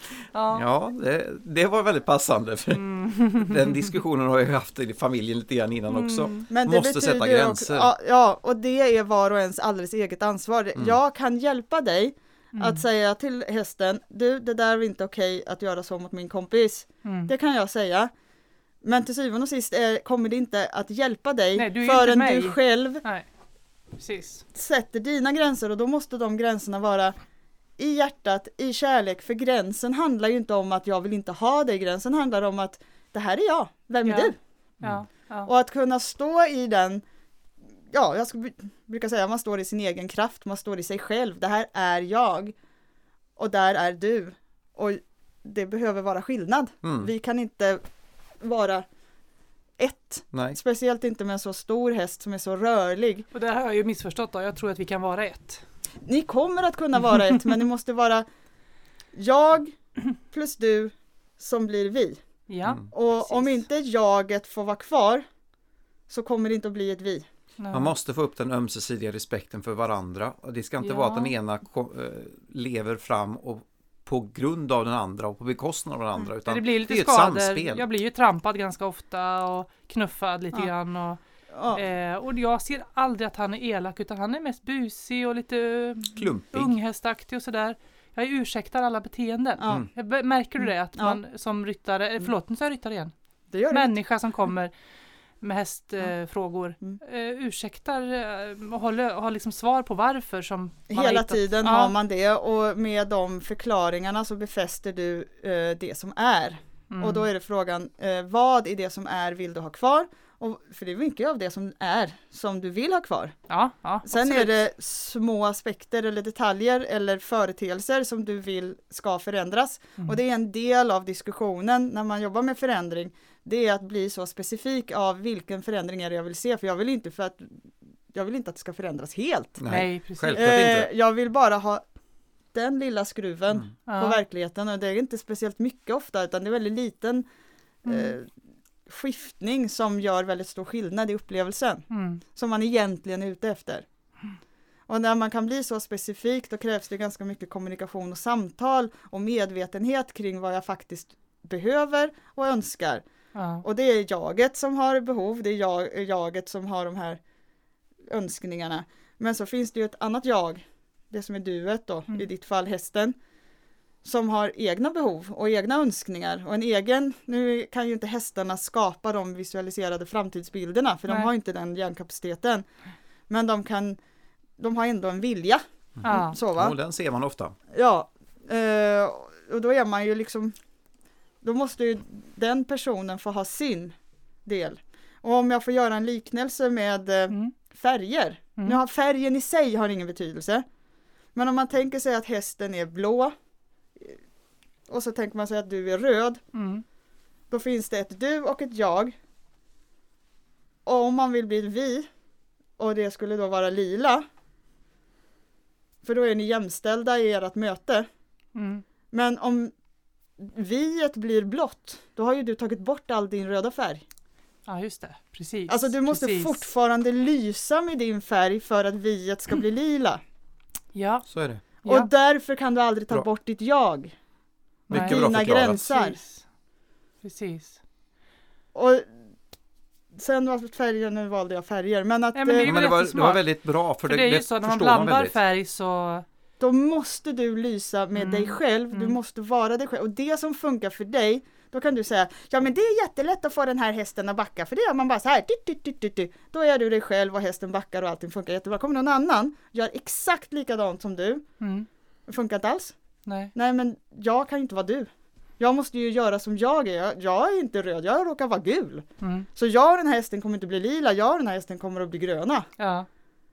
ja det, det var väldigt passande. För mm. den diskussionen har jag haft i familjen lite grann innan också. Mm. Men det måste sätta gränser. Också, ja, och det är var och ens alldeles eget ansvar. Mm. Jag kan hjälpa dig mm. att säga till hästen, du, det där är inte okej att göra så mot min kompis. Mm. Det kan jag säga. Men till syvende och sist är, kommer det inte att hjälpa dig. Nej, du förrän du själv Nej. Precis. sätter dina gränser. Och då måste de gränserna vara i hjärtat, i kärlek. För gränsen handlar ju inte om att jag vill inte ha dig. Gränsen handlar om att det här är jag. Vem är ja. du? Ja. Ja. Och att kunna stå i den, ja, jag ska, brukar säga man står i sin egen kraft. Man står i sig själv. Det här är jag. Och där är du. Och det behöver vara skillnad. Mm. Vi kan inte vara ett. Nej. Speciellt inte med en så stor häst som är så rörlig. Och det har jag ju missförstått då. Jag tror att vi kan vara ett. Ni kommer att kunna vara ett, men det måste vara jag plus du som blir vi. Ja, mm. Och precis. Om inte jaget får vara kvar så kommer det inte att bli ett vi. Nej. Man måste få upp den ömsesidiga respekten för varandra. Och det ska inte ja. vara att den ena ko- lever fram och på grund av den andra och på bekostnad av den andra. Utan det blir lite det är skador. Ett samspel. Jag blir ju trampad ganska ofta och knuffad lite ja. grann. Och Ja. Eh, och jag ser aldrig att han är elak, utan han är mest busig och lite Klumpig. unghästaktig och sådär. Jag ursäktar alla beteenden. Ja. Mm. Jag, märker du det? Att Ja. man som ryttare, mm. förlåt nu sa jag ryttare igen. Det gör det. Människa som kommer med hästfrågor Mm. eh, ursäktar eh, och håller, har liksom svar på varför som man har Hela hittat. tiden Ja. har man det, och med de förklaringarna så befäster du eh, det som är. Mm. Och då är det frågan, eh, vad i det som är vill du ha kvar? Och, för det är mycket av det som är som du vill ha kvar. Ja, ja, Sen absolut. är det små aspekter eller detaljer eller företeelser som du vill ska förändras. Mm. Och det är en del av diskussionen när man jobbar med förändring. Det är att bli så specifik av vilken förändring är det jag vill se. För jag vill inte, för att, jag vill inte att det ska förändras helt. Nej, Nej, precis. självklart inte. Eh, jag vill bara ha den lilla skruven Mm. på Ja. verkligheten, och det är inte speciellt mycket ofta, utan det är väldigt liten Mm. eh, skiftning som gör väldigt stor skillnad i upplevelsen Mm. som man egentligen är ute efter. Och när man kan bli så specifik, då krävs det ganska mycket kommunikation och samtal och medvetenhet kring vad jag faktiskt behöver och önskar. Ja. Och det är jaget som har behov, det är jag, jaget som har de här önskningarna. Men så finns det ju ett annat jag, det som är duet då, Mm. i ditt fall hästen, som har egna behov och egna önskningar. Och en egen, nu kan ju inte hästarna skapa de visualiserade framtidsbilderna, för Nej. de har inte den hjärnkapaciteten. Men de kan, de har ändå en vilja. Ja. Så va? Jo, den ser man ofta. Ja, eh, och då är man ju liksom, då måste ju den personen få ha sin del. Och om jag får göra en liknelse med eh, Mm. färger. Mm. Nu har färgen i sig har ingen betydelse. Men om man tänker sig att hästen är blå och så tänker man sig att du är röd, Mm. då finns det ett du och ett jag. Och om man vill bli vi, och det skulle då vara lila, för då är ni jämställda i ert möte. Mm. Men om viet blir blått, då har ju du tagit bort all din röda färg. Ja, just det. Precis. Alltså du måste Precis. fortfarande lysa med din färg för att viet ska bli lila. Ja. Så är det. ja. Och därför kan du aldrig ta Bra. bort ditt jag. Mycket Nej. bra Dina förklarat. gränser. Precis. Precis. Och sen var färgen, nu valde jag färger, men att Nej, men det är eh, Ja, väl men det, var, det jättesmart. var väldigt bra, för, För det, det är ju det så att när man förstår man blandar väldigt. färg så... då måste du lysa med Mm. dig själv, du Mm. måste vara dig själv. Och det som funkar för dig, då kan du säga, ja men det är jättelätt att få den här hästen att backa, för det gör man bara så här, dit, dit, dit, dit, dit. Då är du dig själv och hästen backar och allting funkar jättebra. Kommer någon annan, gör exakt likadant som du, Mm. det funkar inte alls. Nej. Nej men jag kan inte vara du. Jag måste ju göra som jag är, jag, jag är inte röd, jag råkar vara gul. Mm. Så jag och den här hästen kommer inte bli lila, jag och den här hästen kommer att bli gröna. Ja.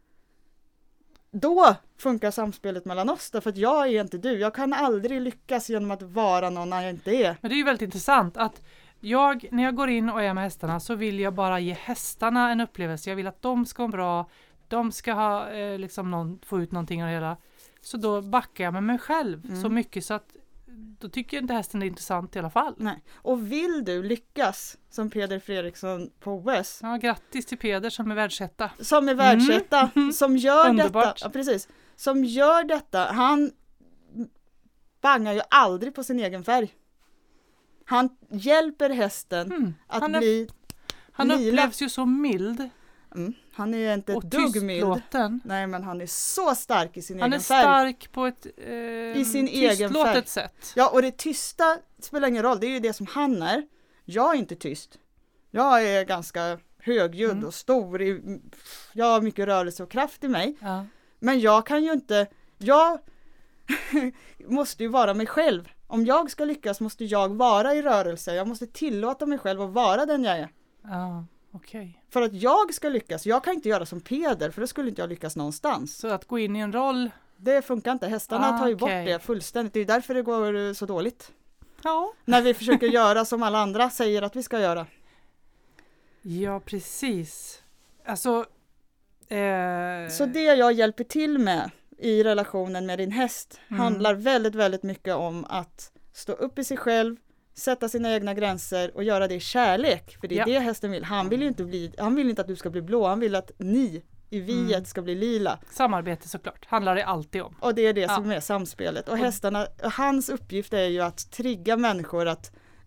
Då funkar samspelet mellan oss, därför att jag är inte du. Jag kan aldrig lyckas genom att vara någon jag inte är. Men det är ju väldigt intressant att jag, när jag går in och är med hästarna, så vill jag bara ge hästarna en upplevelse. Jag vill att de ska vara bra, de ska ha, eh, liksom någon, få ut någonting av det hela. Så då backar jag med mig själv Mm. så mycket så att då tycker jag inte hästen är intressant i alla fall. Nej. Och vill du lyckas, som Peder Fredriksson på O S, Ja, grattis till Peder som är världsetta. som är världsetta, som gör Underbart. detta, ja, precis, som gör detta, han bangar ju aldrig på sin egen färg. Han hjälper hästen Mm. att Han, är, bli han lila. upplevs ju så mild Mm, han är inte och ett dugg mild. tystlåten. Nej, men han är så stark i sin Han är egen färg. stark på ett eh, I sin egen tystlåtet färg. sätt. Ja, och det tysta spelar ingen roll, det är ju det som han är. Jag är inte tyst. Jag är ganska högljudd Mm. och stor. I, jag har mycket rörelse och kraft i mig. Ja. Men jag kan ju inte, jag måste ju vara mig själv. Om jag ska lyckas måste jag vara i rörelse. Jag måste tillåta mig själv att vara den jag är. Ja, okej. För att jag ska lyckas, jag kan inte göra som Peder, för då skulle inte jag lyckas någonstans. Så att gå in i en roll. Det funkar inte, hästarna Ah, tar ju okej. bort det fullständigt. Det är därför det går så dåligt. Ja. När vi försöker göra som alla andra säger att vi ska göra. Ja, precis. Alltså... Eh, Så det jag hjälper till med i relationen med din häst Mm. handlar väldigt, väldigt mycket om att stå upp i sig själv, sätta sina egna gränser och göra det i kärlek. För det är Ja. det hästen vill. Han vill ju inte bli, han vill inte att du ska bli blå, han vill att ni i viet Mm. ska bli lila. Samarbete såklart, handlar det alltid om. Och det är det Ja. som är samspelet. Och Och- hästarna, hans uppgift är ju att trigga människor att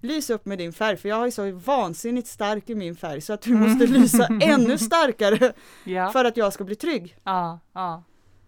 lys upp med din färg, för jag är så vansinnigt stark i min färg så att du måste lysa ännu starkare ja. för att jag ska bli trygg. Ja, ja.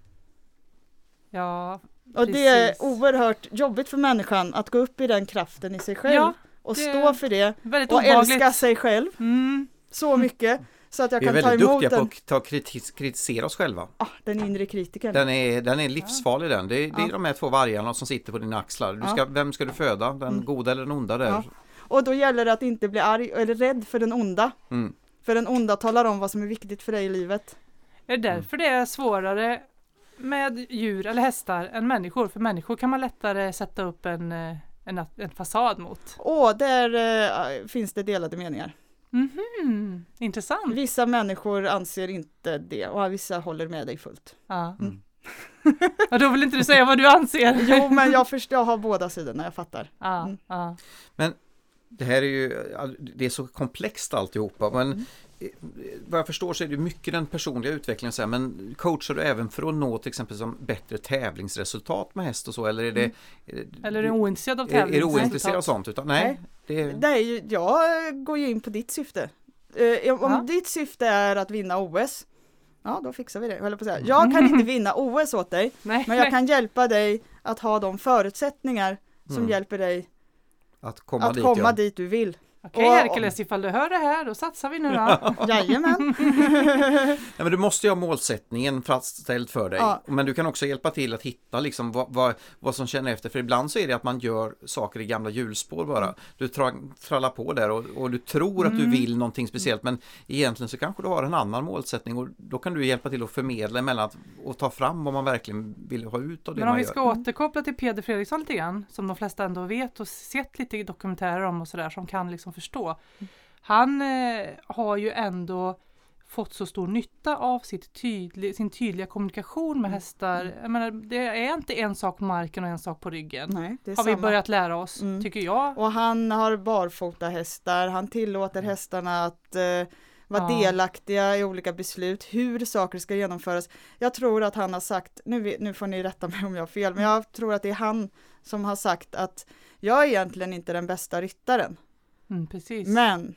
Ja, och det är oerhört jobbigt för människan att gå upp i den kraften i sig själv ja, och stå för det och obehagligt. Älska sig själv mm. så mycket så att jag Vi kan är ta väldigt emot duktiga den. på att ta kritis- kritisera oss själva. Ah, den inre kritiken. Den är, den är livsfarlig den. Det är, det är ja. de här två vargarna som sitter på dina axlar. Du ska, ja. Vem ska du föda? Den mm. goda eller den onda där? Ja. Och då gäller det att inte bli arg eller rädd för den onda. Mm. För den onda talar om vad som är viktigt för dig i livet. Är det därför det är svårare med djur eller hästar än människor? För människor kan man lättare sätta upp en, en, en fasad mot. Åh, där äh, finns det delade meningar. Mm-hmm. Intressant. Vissa människor anser inte det och vissa håller med dig fullt. Ja. Mm. Och då vill inte du säga vad du anser. Jo, men jag förstår, jag har båda sidorna, jag fattar. Ja, mm. ja. Men det här är ju, det är så komplext alltihopa, men mm. vad jag förstår så är det mycket den personliga utvecklingen så här, men coachar du även för att nå till exempel som bättre tävlingsresultat med häst och så, eller är det... Mm. Eller är du ointresserad av tävlingsresultat? Är du ointresserad av sånt? Utan, nej, nej. Det... det är ju, jag går ju in på ditt syfte. Uh, om ja. ditt syfte är att vinna O S, ja då fixar vi det. Jag, på att säga. jag kan inte vinna O S åt dig, nej, men jag nej. kan hjälpa dig att ha de förutsättningar som mm. hjälper dig att komma, att dit, komma ja. dit du vill. Okej, okay, Herkules, ifall du hör det här, då satsar vi nu då. Jajamän. Ja, men du måste ju ha målsättningen fastställd för dig. Ja. Men du kan också hjälpa till att hitta liksom vad, vad, vad som känner efter. För ibland så är det att man gör saker i gamla hjulspår bara. Du tra, trallar på där och, och du tror mm. att du vill någonting speciellt. Men egentligen så kanske du har en annan målsättning. Och då kan du hjälpa till att förmedla emellan att, och ta fram vad man verkligen vill ha ut av det. Men om man vi ska gör. återkoppla till Peder Fredriksson lite grann, som de flesta ändå vet och sett lite dokumentärer om och sådär, som kan liksom förstå. Han eh, har ju ändå fått så stor nytta av sitt tydlig, sin tydliga kommunikation med hästar. Jag menar, det är inte en sak på marken och en sak på ryggen. Nej, det är har samma. vi börjat lära oss, mm. tycker jag. Och han har barfota hästar. Han tillåter hästarna att eh, vara ja. delaktiga i olika beslut. Hur saker ska genomföras. Jag tror att han har sagt, nu, nu får ni rätta mig om jag har fel, men jag tror att det är han som har sagt att jag är egentligen inte den bästa ryttaren. Mm, precis. Men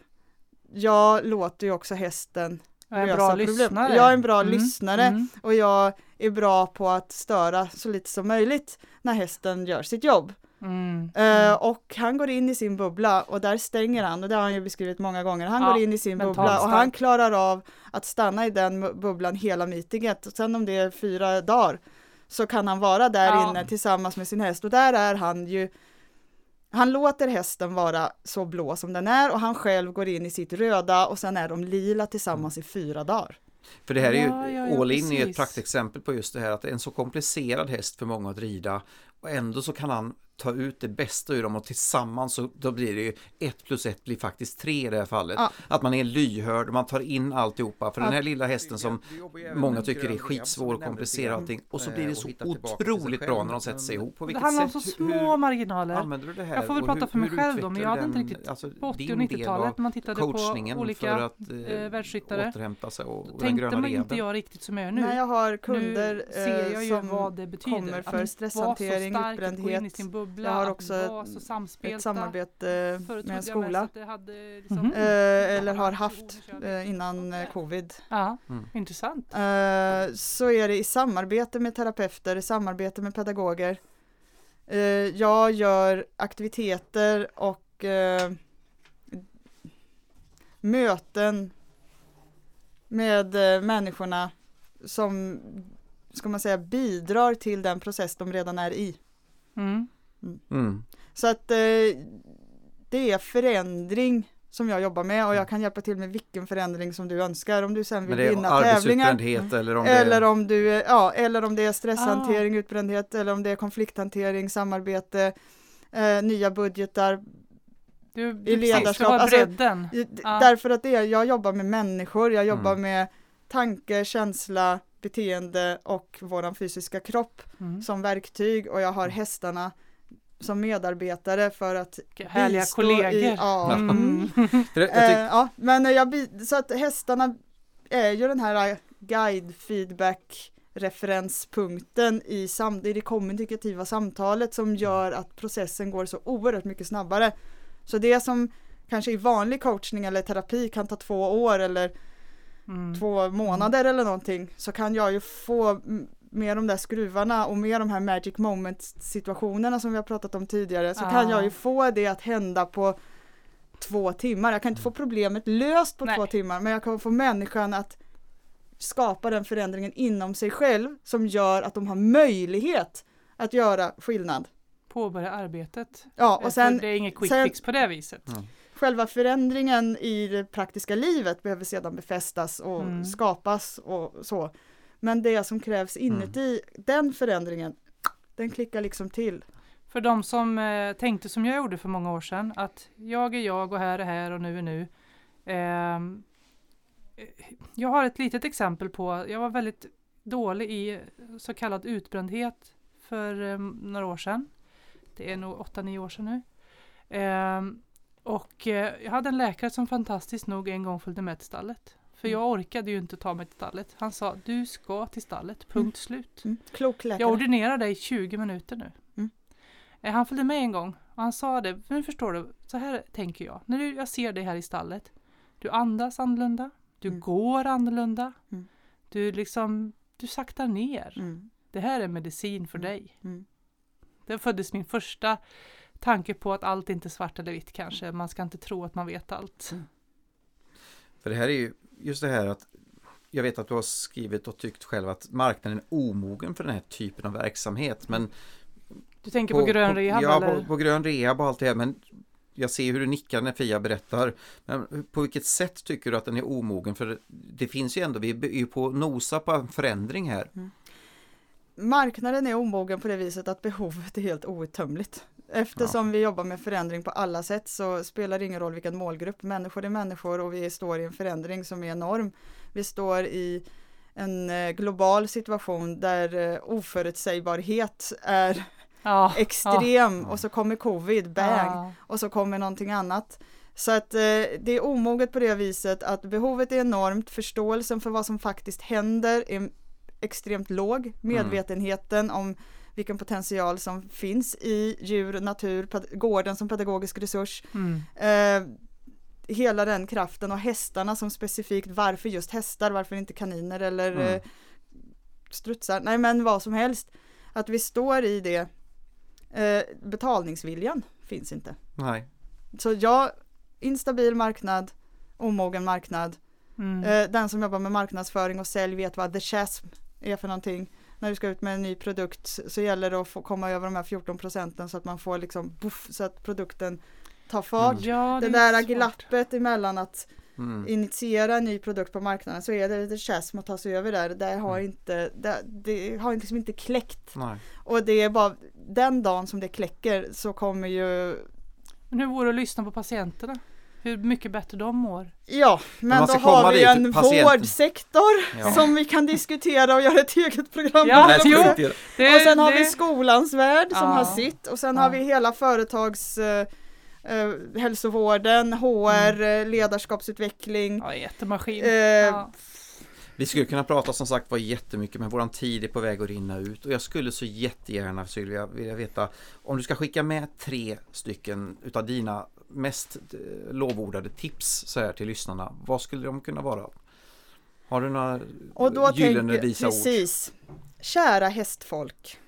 jag låter ju också hästen jag är en bra problem. lyssnare. Jag är en bra mm. lyssnare mm. och jag är bra på att störa så lite som möjligt när hästen gör sitt jobb. Mm. Uh, och han går in i sin bubbla och där stänger han, och det har han ju beskrivit många gånger. Han ja, går in i sin bubbla och han klarar av att stanna i den bubblan hela meetinget. Och sen om det är fyra dagar så kan han vara där ja. inne tillsammans med sin häst, och där är han ju han låter hästen vara så blå som den är, och han själv går in i sitt röda, och sen är de lila tillsammans i fyra dagar. För det här är ju ja, ja, ja, all in precis. i ett praktexempel på just det här att det är en så komplicerad häst för många att rida, och ändå så kan han ta ut det bästa ur dem, och tillsammans så då blir det ju ett plus ett blir faktiskt tre i det här fallet. Ja. Att man är lyhörd och man tar in alltihopa. För ja. den här lilla hästen som många tycker är skitsvår och komplicerad allting, och så blir det så otroligt bra när de sätter sig ihop. På det handlar om så små hur marginaler. Använder du det här? Jag får väl prata hur, för mig själv då, men jag hade inte den, riktigt alltså, på åttio- och nittiotalet när man tittade på olika för att, eh, världsryttare. Återhämta sig och, och tänkte den man gröna inte jag riktigt som jag är nu. Nej, jag har kunder nu ser jag ju som vad det betyder. kommer för stresshantering, utbrändhet. Jag har också ett samarbete med en skola liksom, mm. eh, eller har haft eh, innan eh, covid. Ja, mm. intressant. Eh, så är det i samarbete med terapeuter, i samarbete med pedagoger. Eh, jag gör aktiviteter och eh, möten med eh, människorna som, ska man säga, bidrar till den process de redan är i. Mm. Mm. Mm. Så att eh, det är förändring som jag jobbar med, och jag kan hjälpa till med vilken förändring som du önskar. Om du sen vill vinna tävlingar eller om, eller, om du, ja, eller om det är stresshantering, ah. utbrändhet, eller om det är konflikthantering, samarbete, eh, nya budgetar du, du i ledarskap. Alltså, ah. Därför att det är, jag jobbar med människor, jag jobbar mm. med tanke, känsla, beteende och våran fysiska kropp mm. som verktyg, och jag har hästarna som medarbetare för att härliga kollegor. I, ja. Mm. äh, ja, men jag så att hästarna är ju den här guide feedback referenspunkten i, sam, i det kommunikativa samtalet som gör att processen går så oerhört mycket snabbare. Så det som kanske i vanlig coachning eller terapi kan ta två år eller mm. två månader eller någonting, så kan jag ju få med de där skruvarna och med de här magic moment situationerna som vi har pratat om tidigare, så ah. kan jag ju få det att hända på två timmar. Jag kan inte få problemet löst på Nej. två timmar, men jag kan få människan att skapa den förändringen inom sig själv som gör att de har möjlighet att göra skillnad. Påbörja arbetet. Ja, och sen, det är ingen quick sen, fix på det viset. Mm. Själva förändringen i det praktiska livet behöver sedan befästas och mm. skapas och så. Men det som krävs inuti mm. den förändringen, den klickar liksom till. För de som eh, tänkte som jag gjorde för många år sedan, att jag är jag och här är här och nu är nu. Eh, jag har ett litet exempel på, jag var väldigt dålig i så kallad utbrändhet för eh, några år sedan. Det är nog åtta nio år sedan nu. Eh, och eh, jag hade en läkare som fantastiskt nog en gång följde med till stallet. För jag orkade ju inte ta mig till stallet. Han sa, du ska till stallet, punkt mm. slut. Mm. Klok läkare. Jag ordinerar dig tjugo minuter nu. Mm. Eh, han följde med en gång och han sa det, nu förstår du, så här tänker jag. När du, jag ser dig här i stallet, du andas annorlunda, du mm. går annorlunda, mm. du liksom, du saktar ner. Mm. Det här är medicin för dig. Mm. Det föddes min första tanke på att allt inte är svart eller vitt kanske. Man ska inte tro att man vet allt. Mm. För det här är ju just det här att jag vet att du har skrivit och tyckt själv att marknaden är omogen för den här typen av verksamhet. Men du tänker på, på grön rehab? Ja, eller? På, på grön rehab och allt det här. Men jag ser hur du nickar när Fia berättar. Men på vilket sätt tycker du att den är omogen? För det finns ju ändå, vi är ju på nosa på en förändring här. Mm. Marknaden är omogen på det viset att behovet är helt outtömligt. Eftersom ja. vi jobbar med förändring på alla sätt så spelar det ingen roll vilken målgrupp. Människor är människor och vi står i en förändring som är enorm. Vi står i en global situation där oförutsägbarhet är ja. extrem ja. och så kommer covid, bang, ja. och så kommer någonting annat. Så att eh, det är omoget på det viset att behovet är enormt, förståelsen för vad som faktiskt händer är extremt låg, medvetenheten mm. om vilken potential som finns i djur, natur, ped- gården som pedagogisk resurs. Mm. Eh, hela den kraften och hästarna som specifikt, varför just hästar, varför inte kaniner eller mm. eh, strutsar, nej men vad som helst. Att vi står i det, eh, betalningsviljan finns inte. Nej. Så ja, instabil marknad, omogen marknad. Mm. Eh, den som jobbar med marknadsföring och sälj vet vad the chasm är för någonting. När du ska ut med en ny produkt så gäller det att få komma över de här fjorton procenten så att man får liksom buff, så att produkten tar fart. Mm. Ja, det, det där glappet emellan att mm. initiera en ny produkt på marknaden, så är det lite chasm att ta sig över där. Det har mm. inte det, det har liksom inte kläckt. Nej. Och det är bara den dagen som det kläcker så kommer ju. Men hur vore det att lyssna på patienterna? Hur mycket bättre de mår. Ja, men då har vi en vårdsektor ja. som vi kan diskutera och göra ett eget program. Ja, jo, det, och sen har det. vi skolans värld som ja. har sitt. Och sen ja. har vi hela företags eh, eh, hälsovården, H R, mm. ledarskapsutveckling. Ja, jättemaskin. Eh, ja. Vi skulle kunna prata som sagt var jättemycket, men våran tid är på väg att rinna ut. Och jag skulle så jättegärna, Sylvia, vilja veta om du ska skicka med tre stycken utav dina mest lovordade tips så här till lyssnarna. Vad skulle de kunna vara? Har du några och då gyllene tänk, visa precis. ord? Kära hästfolk.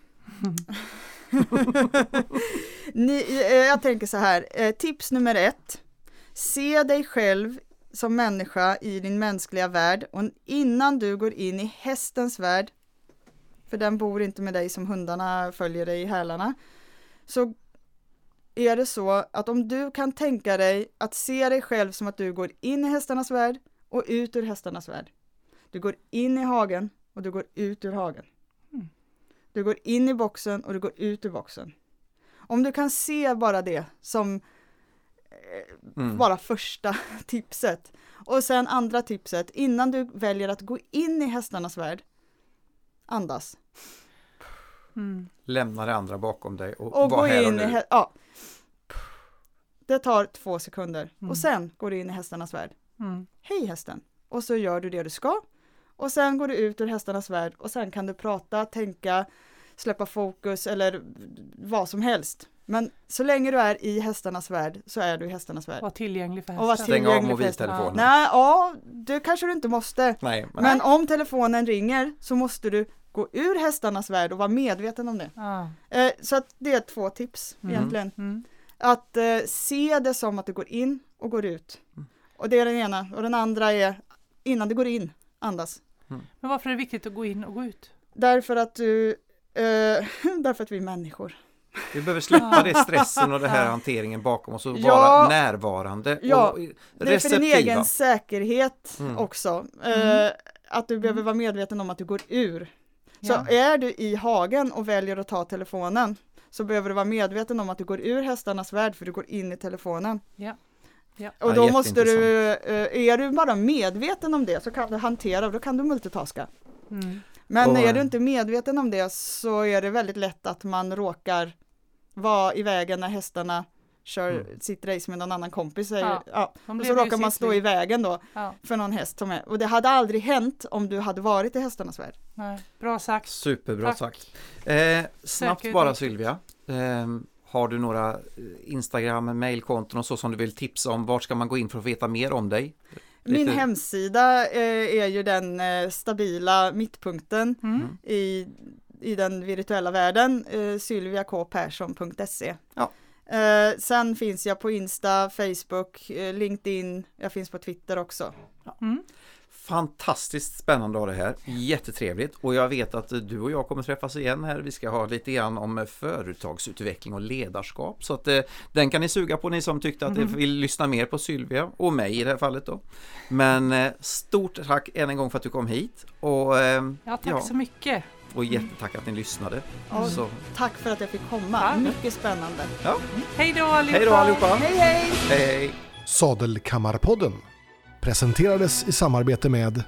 Ni, jag tänker så här. Tips nummer ett. Se dig själv som människa i din mänskliga värld, och innan du går in i hästens värld, för den bor inte med dig som hundarna följer dig i hälarna, så är det så att om du kan tänka dig att se dig själv som att du går in i hästarnas värld och ut ur hästarnas värld. Du går in i hagen och du går ut ur hagen. Mm. Du går in i boxen och du går ut ur boxen. Om du kan se bara det som eh, mm. bara första tipset. Och sen andra tipset, innan du väljer att gå in i hästarnas värld, andas. Mm. Lämna det andra bakom dig och, och var gå här in och nu. I hä- ja. Det tar två sekunder. Mm. Och sen går du in i hästarnas värld. Mm. Hej hästen. Och så gör du det du ska. Och sen går du ut ur hästarnas värld. Och sen kan du prata, tänka, släppa fokus eller vad som helst. Men så länge du är i hästarnas värld så är du i hästarnas värld. Var tillgänglig för Och var hästen. Stäng av tillgänglig för hästen. mobiltelefonen. Nej, ja, det kanske du inte måste. Nej, men, Men om telefonen ringer så måste du gå ur hästarnas värld och vara medveten om det. Ja. Eh, så att det är två tips Mm. egentligen. Mm. Att eh, se det som att du går in och går ut. Mm. Och det är den ena. Och den andra är innan du går in, andas. Men varför är det viktigt att gå in och gå ut? Därför att du, eh, därför att vi är människor. vi behöver släppa det stressen och det här hanteringen bakom oss och Ja. vara närvarande Ja, och Det är för receptiva. din egen säkerhet Mm. också. Eh, Mm. att du behöver vara medveten om att du går ur. Så Ja. är du i hagen och väljer att ta telefonen så behöver du vara medveten om att du går ur hästarnas värld för du går in i telefonen. Ja. Ja. Och Ja, då måste du, jätteintressant. eh, är du bara medveten om det så kan du hantera och då kan du multitaska. Mm. Men Och- är du inte medveten om det så är det väldigt lätt att man råkar vara i vägen när hästarna kör Mm. sitt race med någon annan kompis. Säger, Ja. ja. De Och blev så ju råkar man stå i sittlig. vägen då Ja. för någon häst som är. Och det hade aldrig hänt om du hade varit i hästarnas värld. Nej. Bra sagt. Superbra Tack. sagt. Eh, snabbt Säkert. bara Sylvia. Eh, har du några eh, Instagram, mailkonton och så som du vill tipsa om? Vart ska man gå in för att veta mer om dig? Min Lite- hemsida eh, är ju den eh, stabila mittpunkten Mm. i, i den virtuella världen, eh, sylvia k persson punkt se. Ja. Eh, sen finns jag på Insta, Facebook, eh, LinkedIn, jag finns på Twitter också. Mm. Fantastiskt spännande att ha det här. Jättetrevligt. Och jag vet att du och jag kommer träffas igen här. Vi ska ha lite grann om företagsutveckling och ledarskap. Så att eh, den kan ni suga på, ni som tyckte att ni Mm. vill lyssna mer på Sylvia och mig i det här fallet då. Men eh, stort tack än en gång för att du kom hit. Och, eh, Ja, tack så mycket. och jättetack att ni lyssnade. Ja, Så, tack för att jag fick komma, Ja. mycket spännande. Hej då allihopa. hej då allihopa! Hej hej! Hej, hej. Sadelkammarpodden presenterades i samarbete med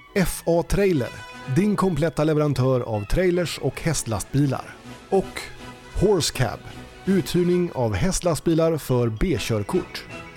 F A Trailer, din kompletta leverantör av trailers och hästlastbilar. Och Horse Cab, uthyrning av hästlastbilar för B-körkort.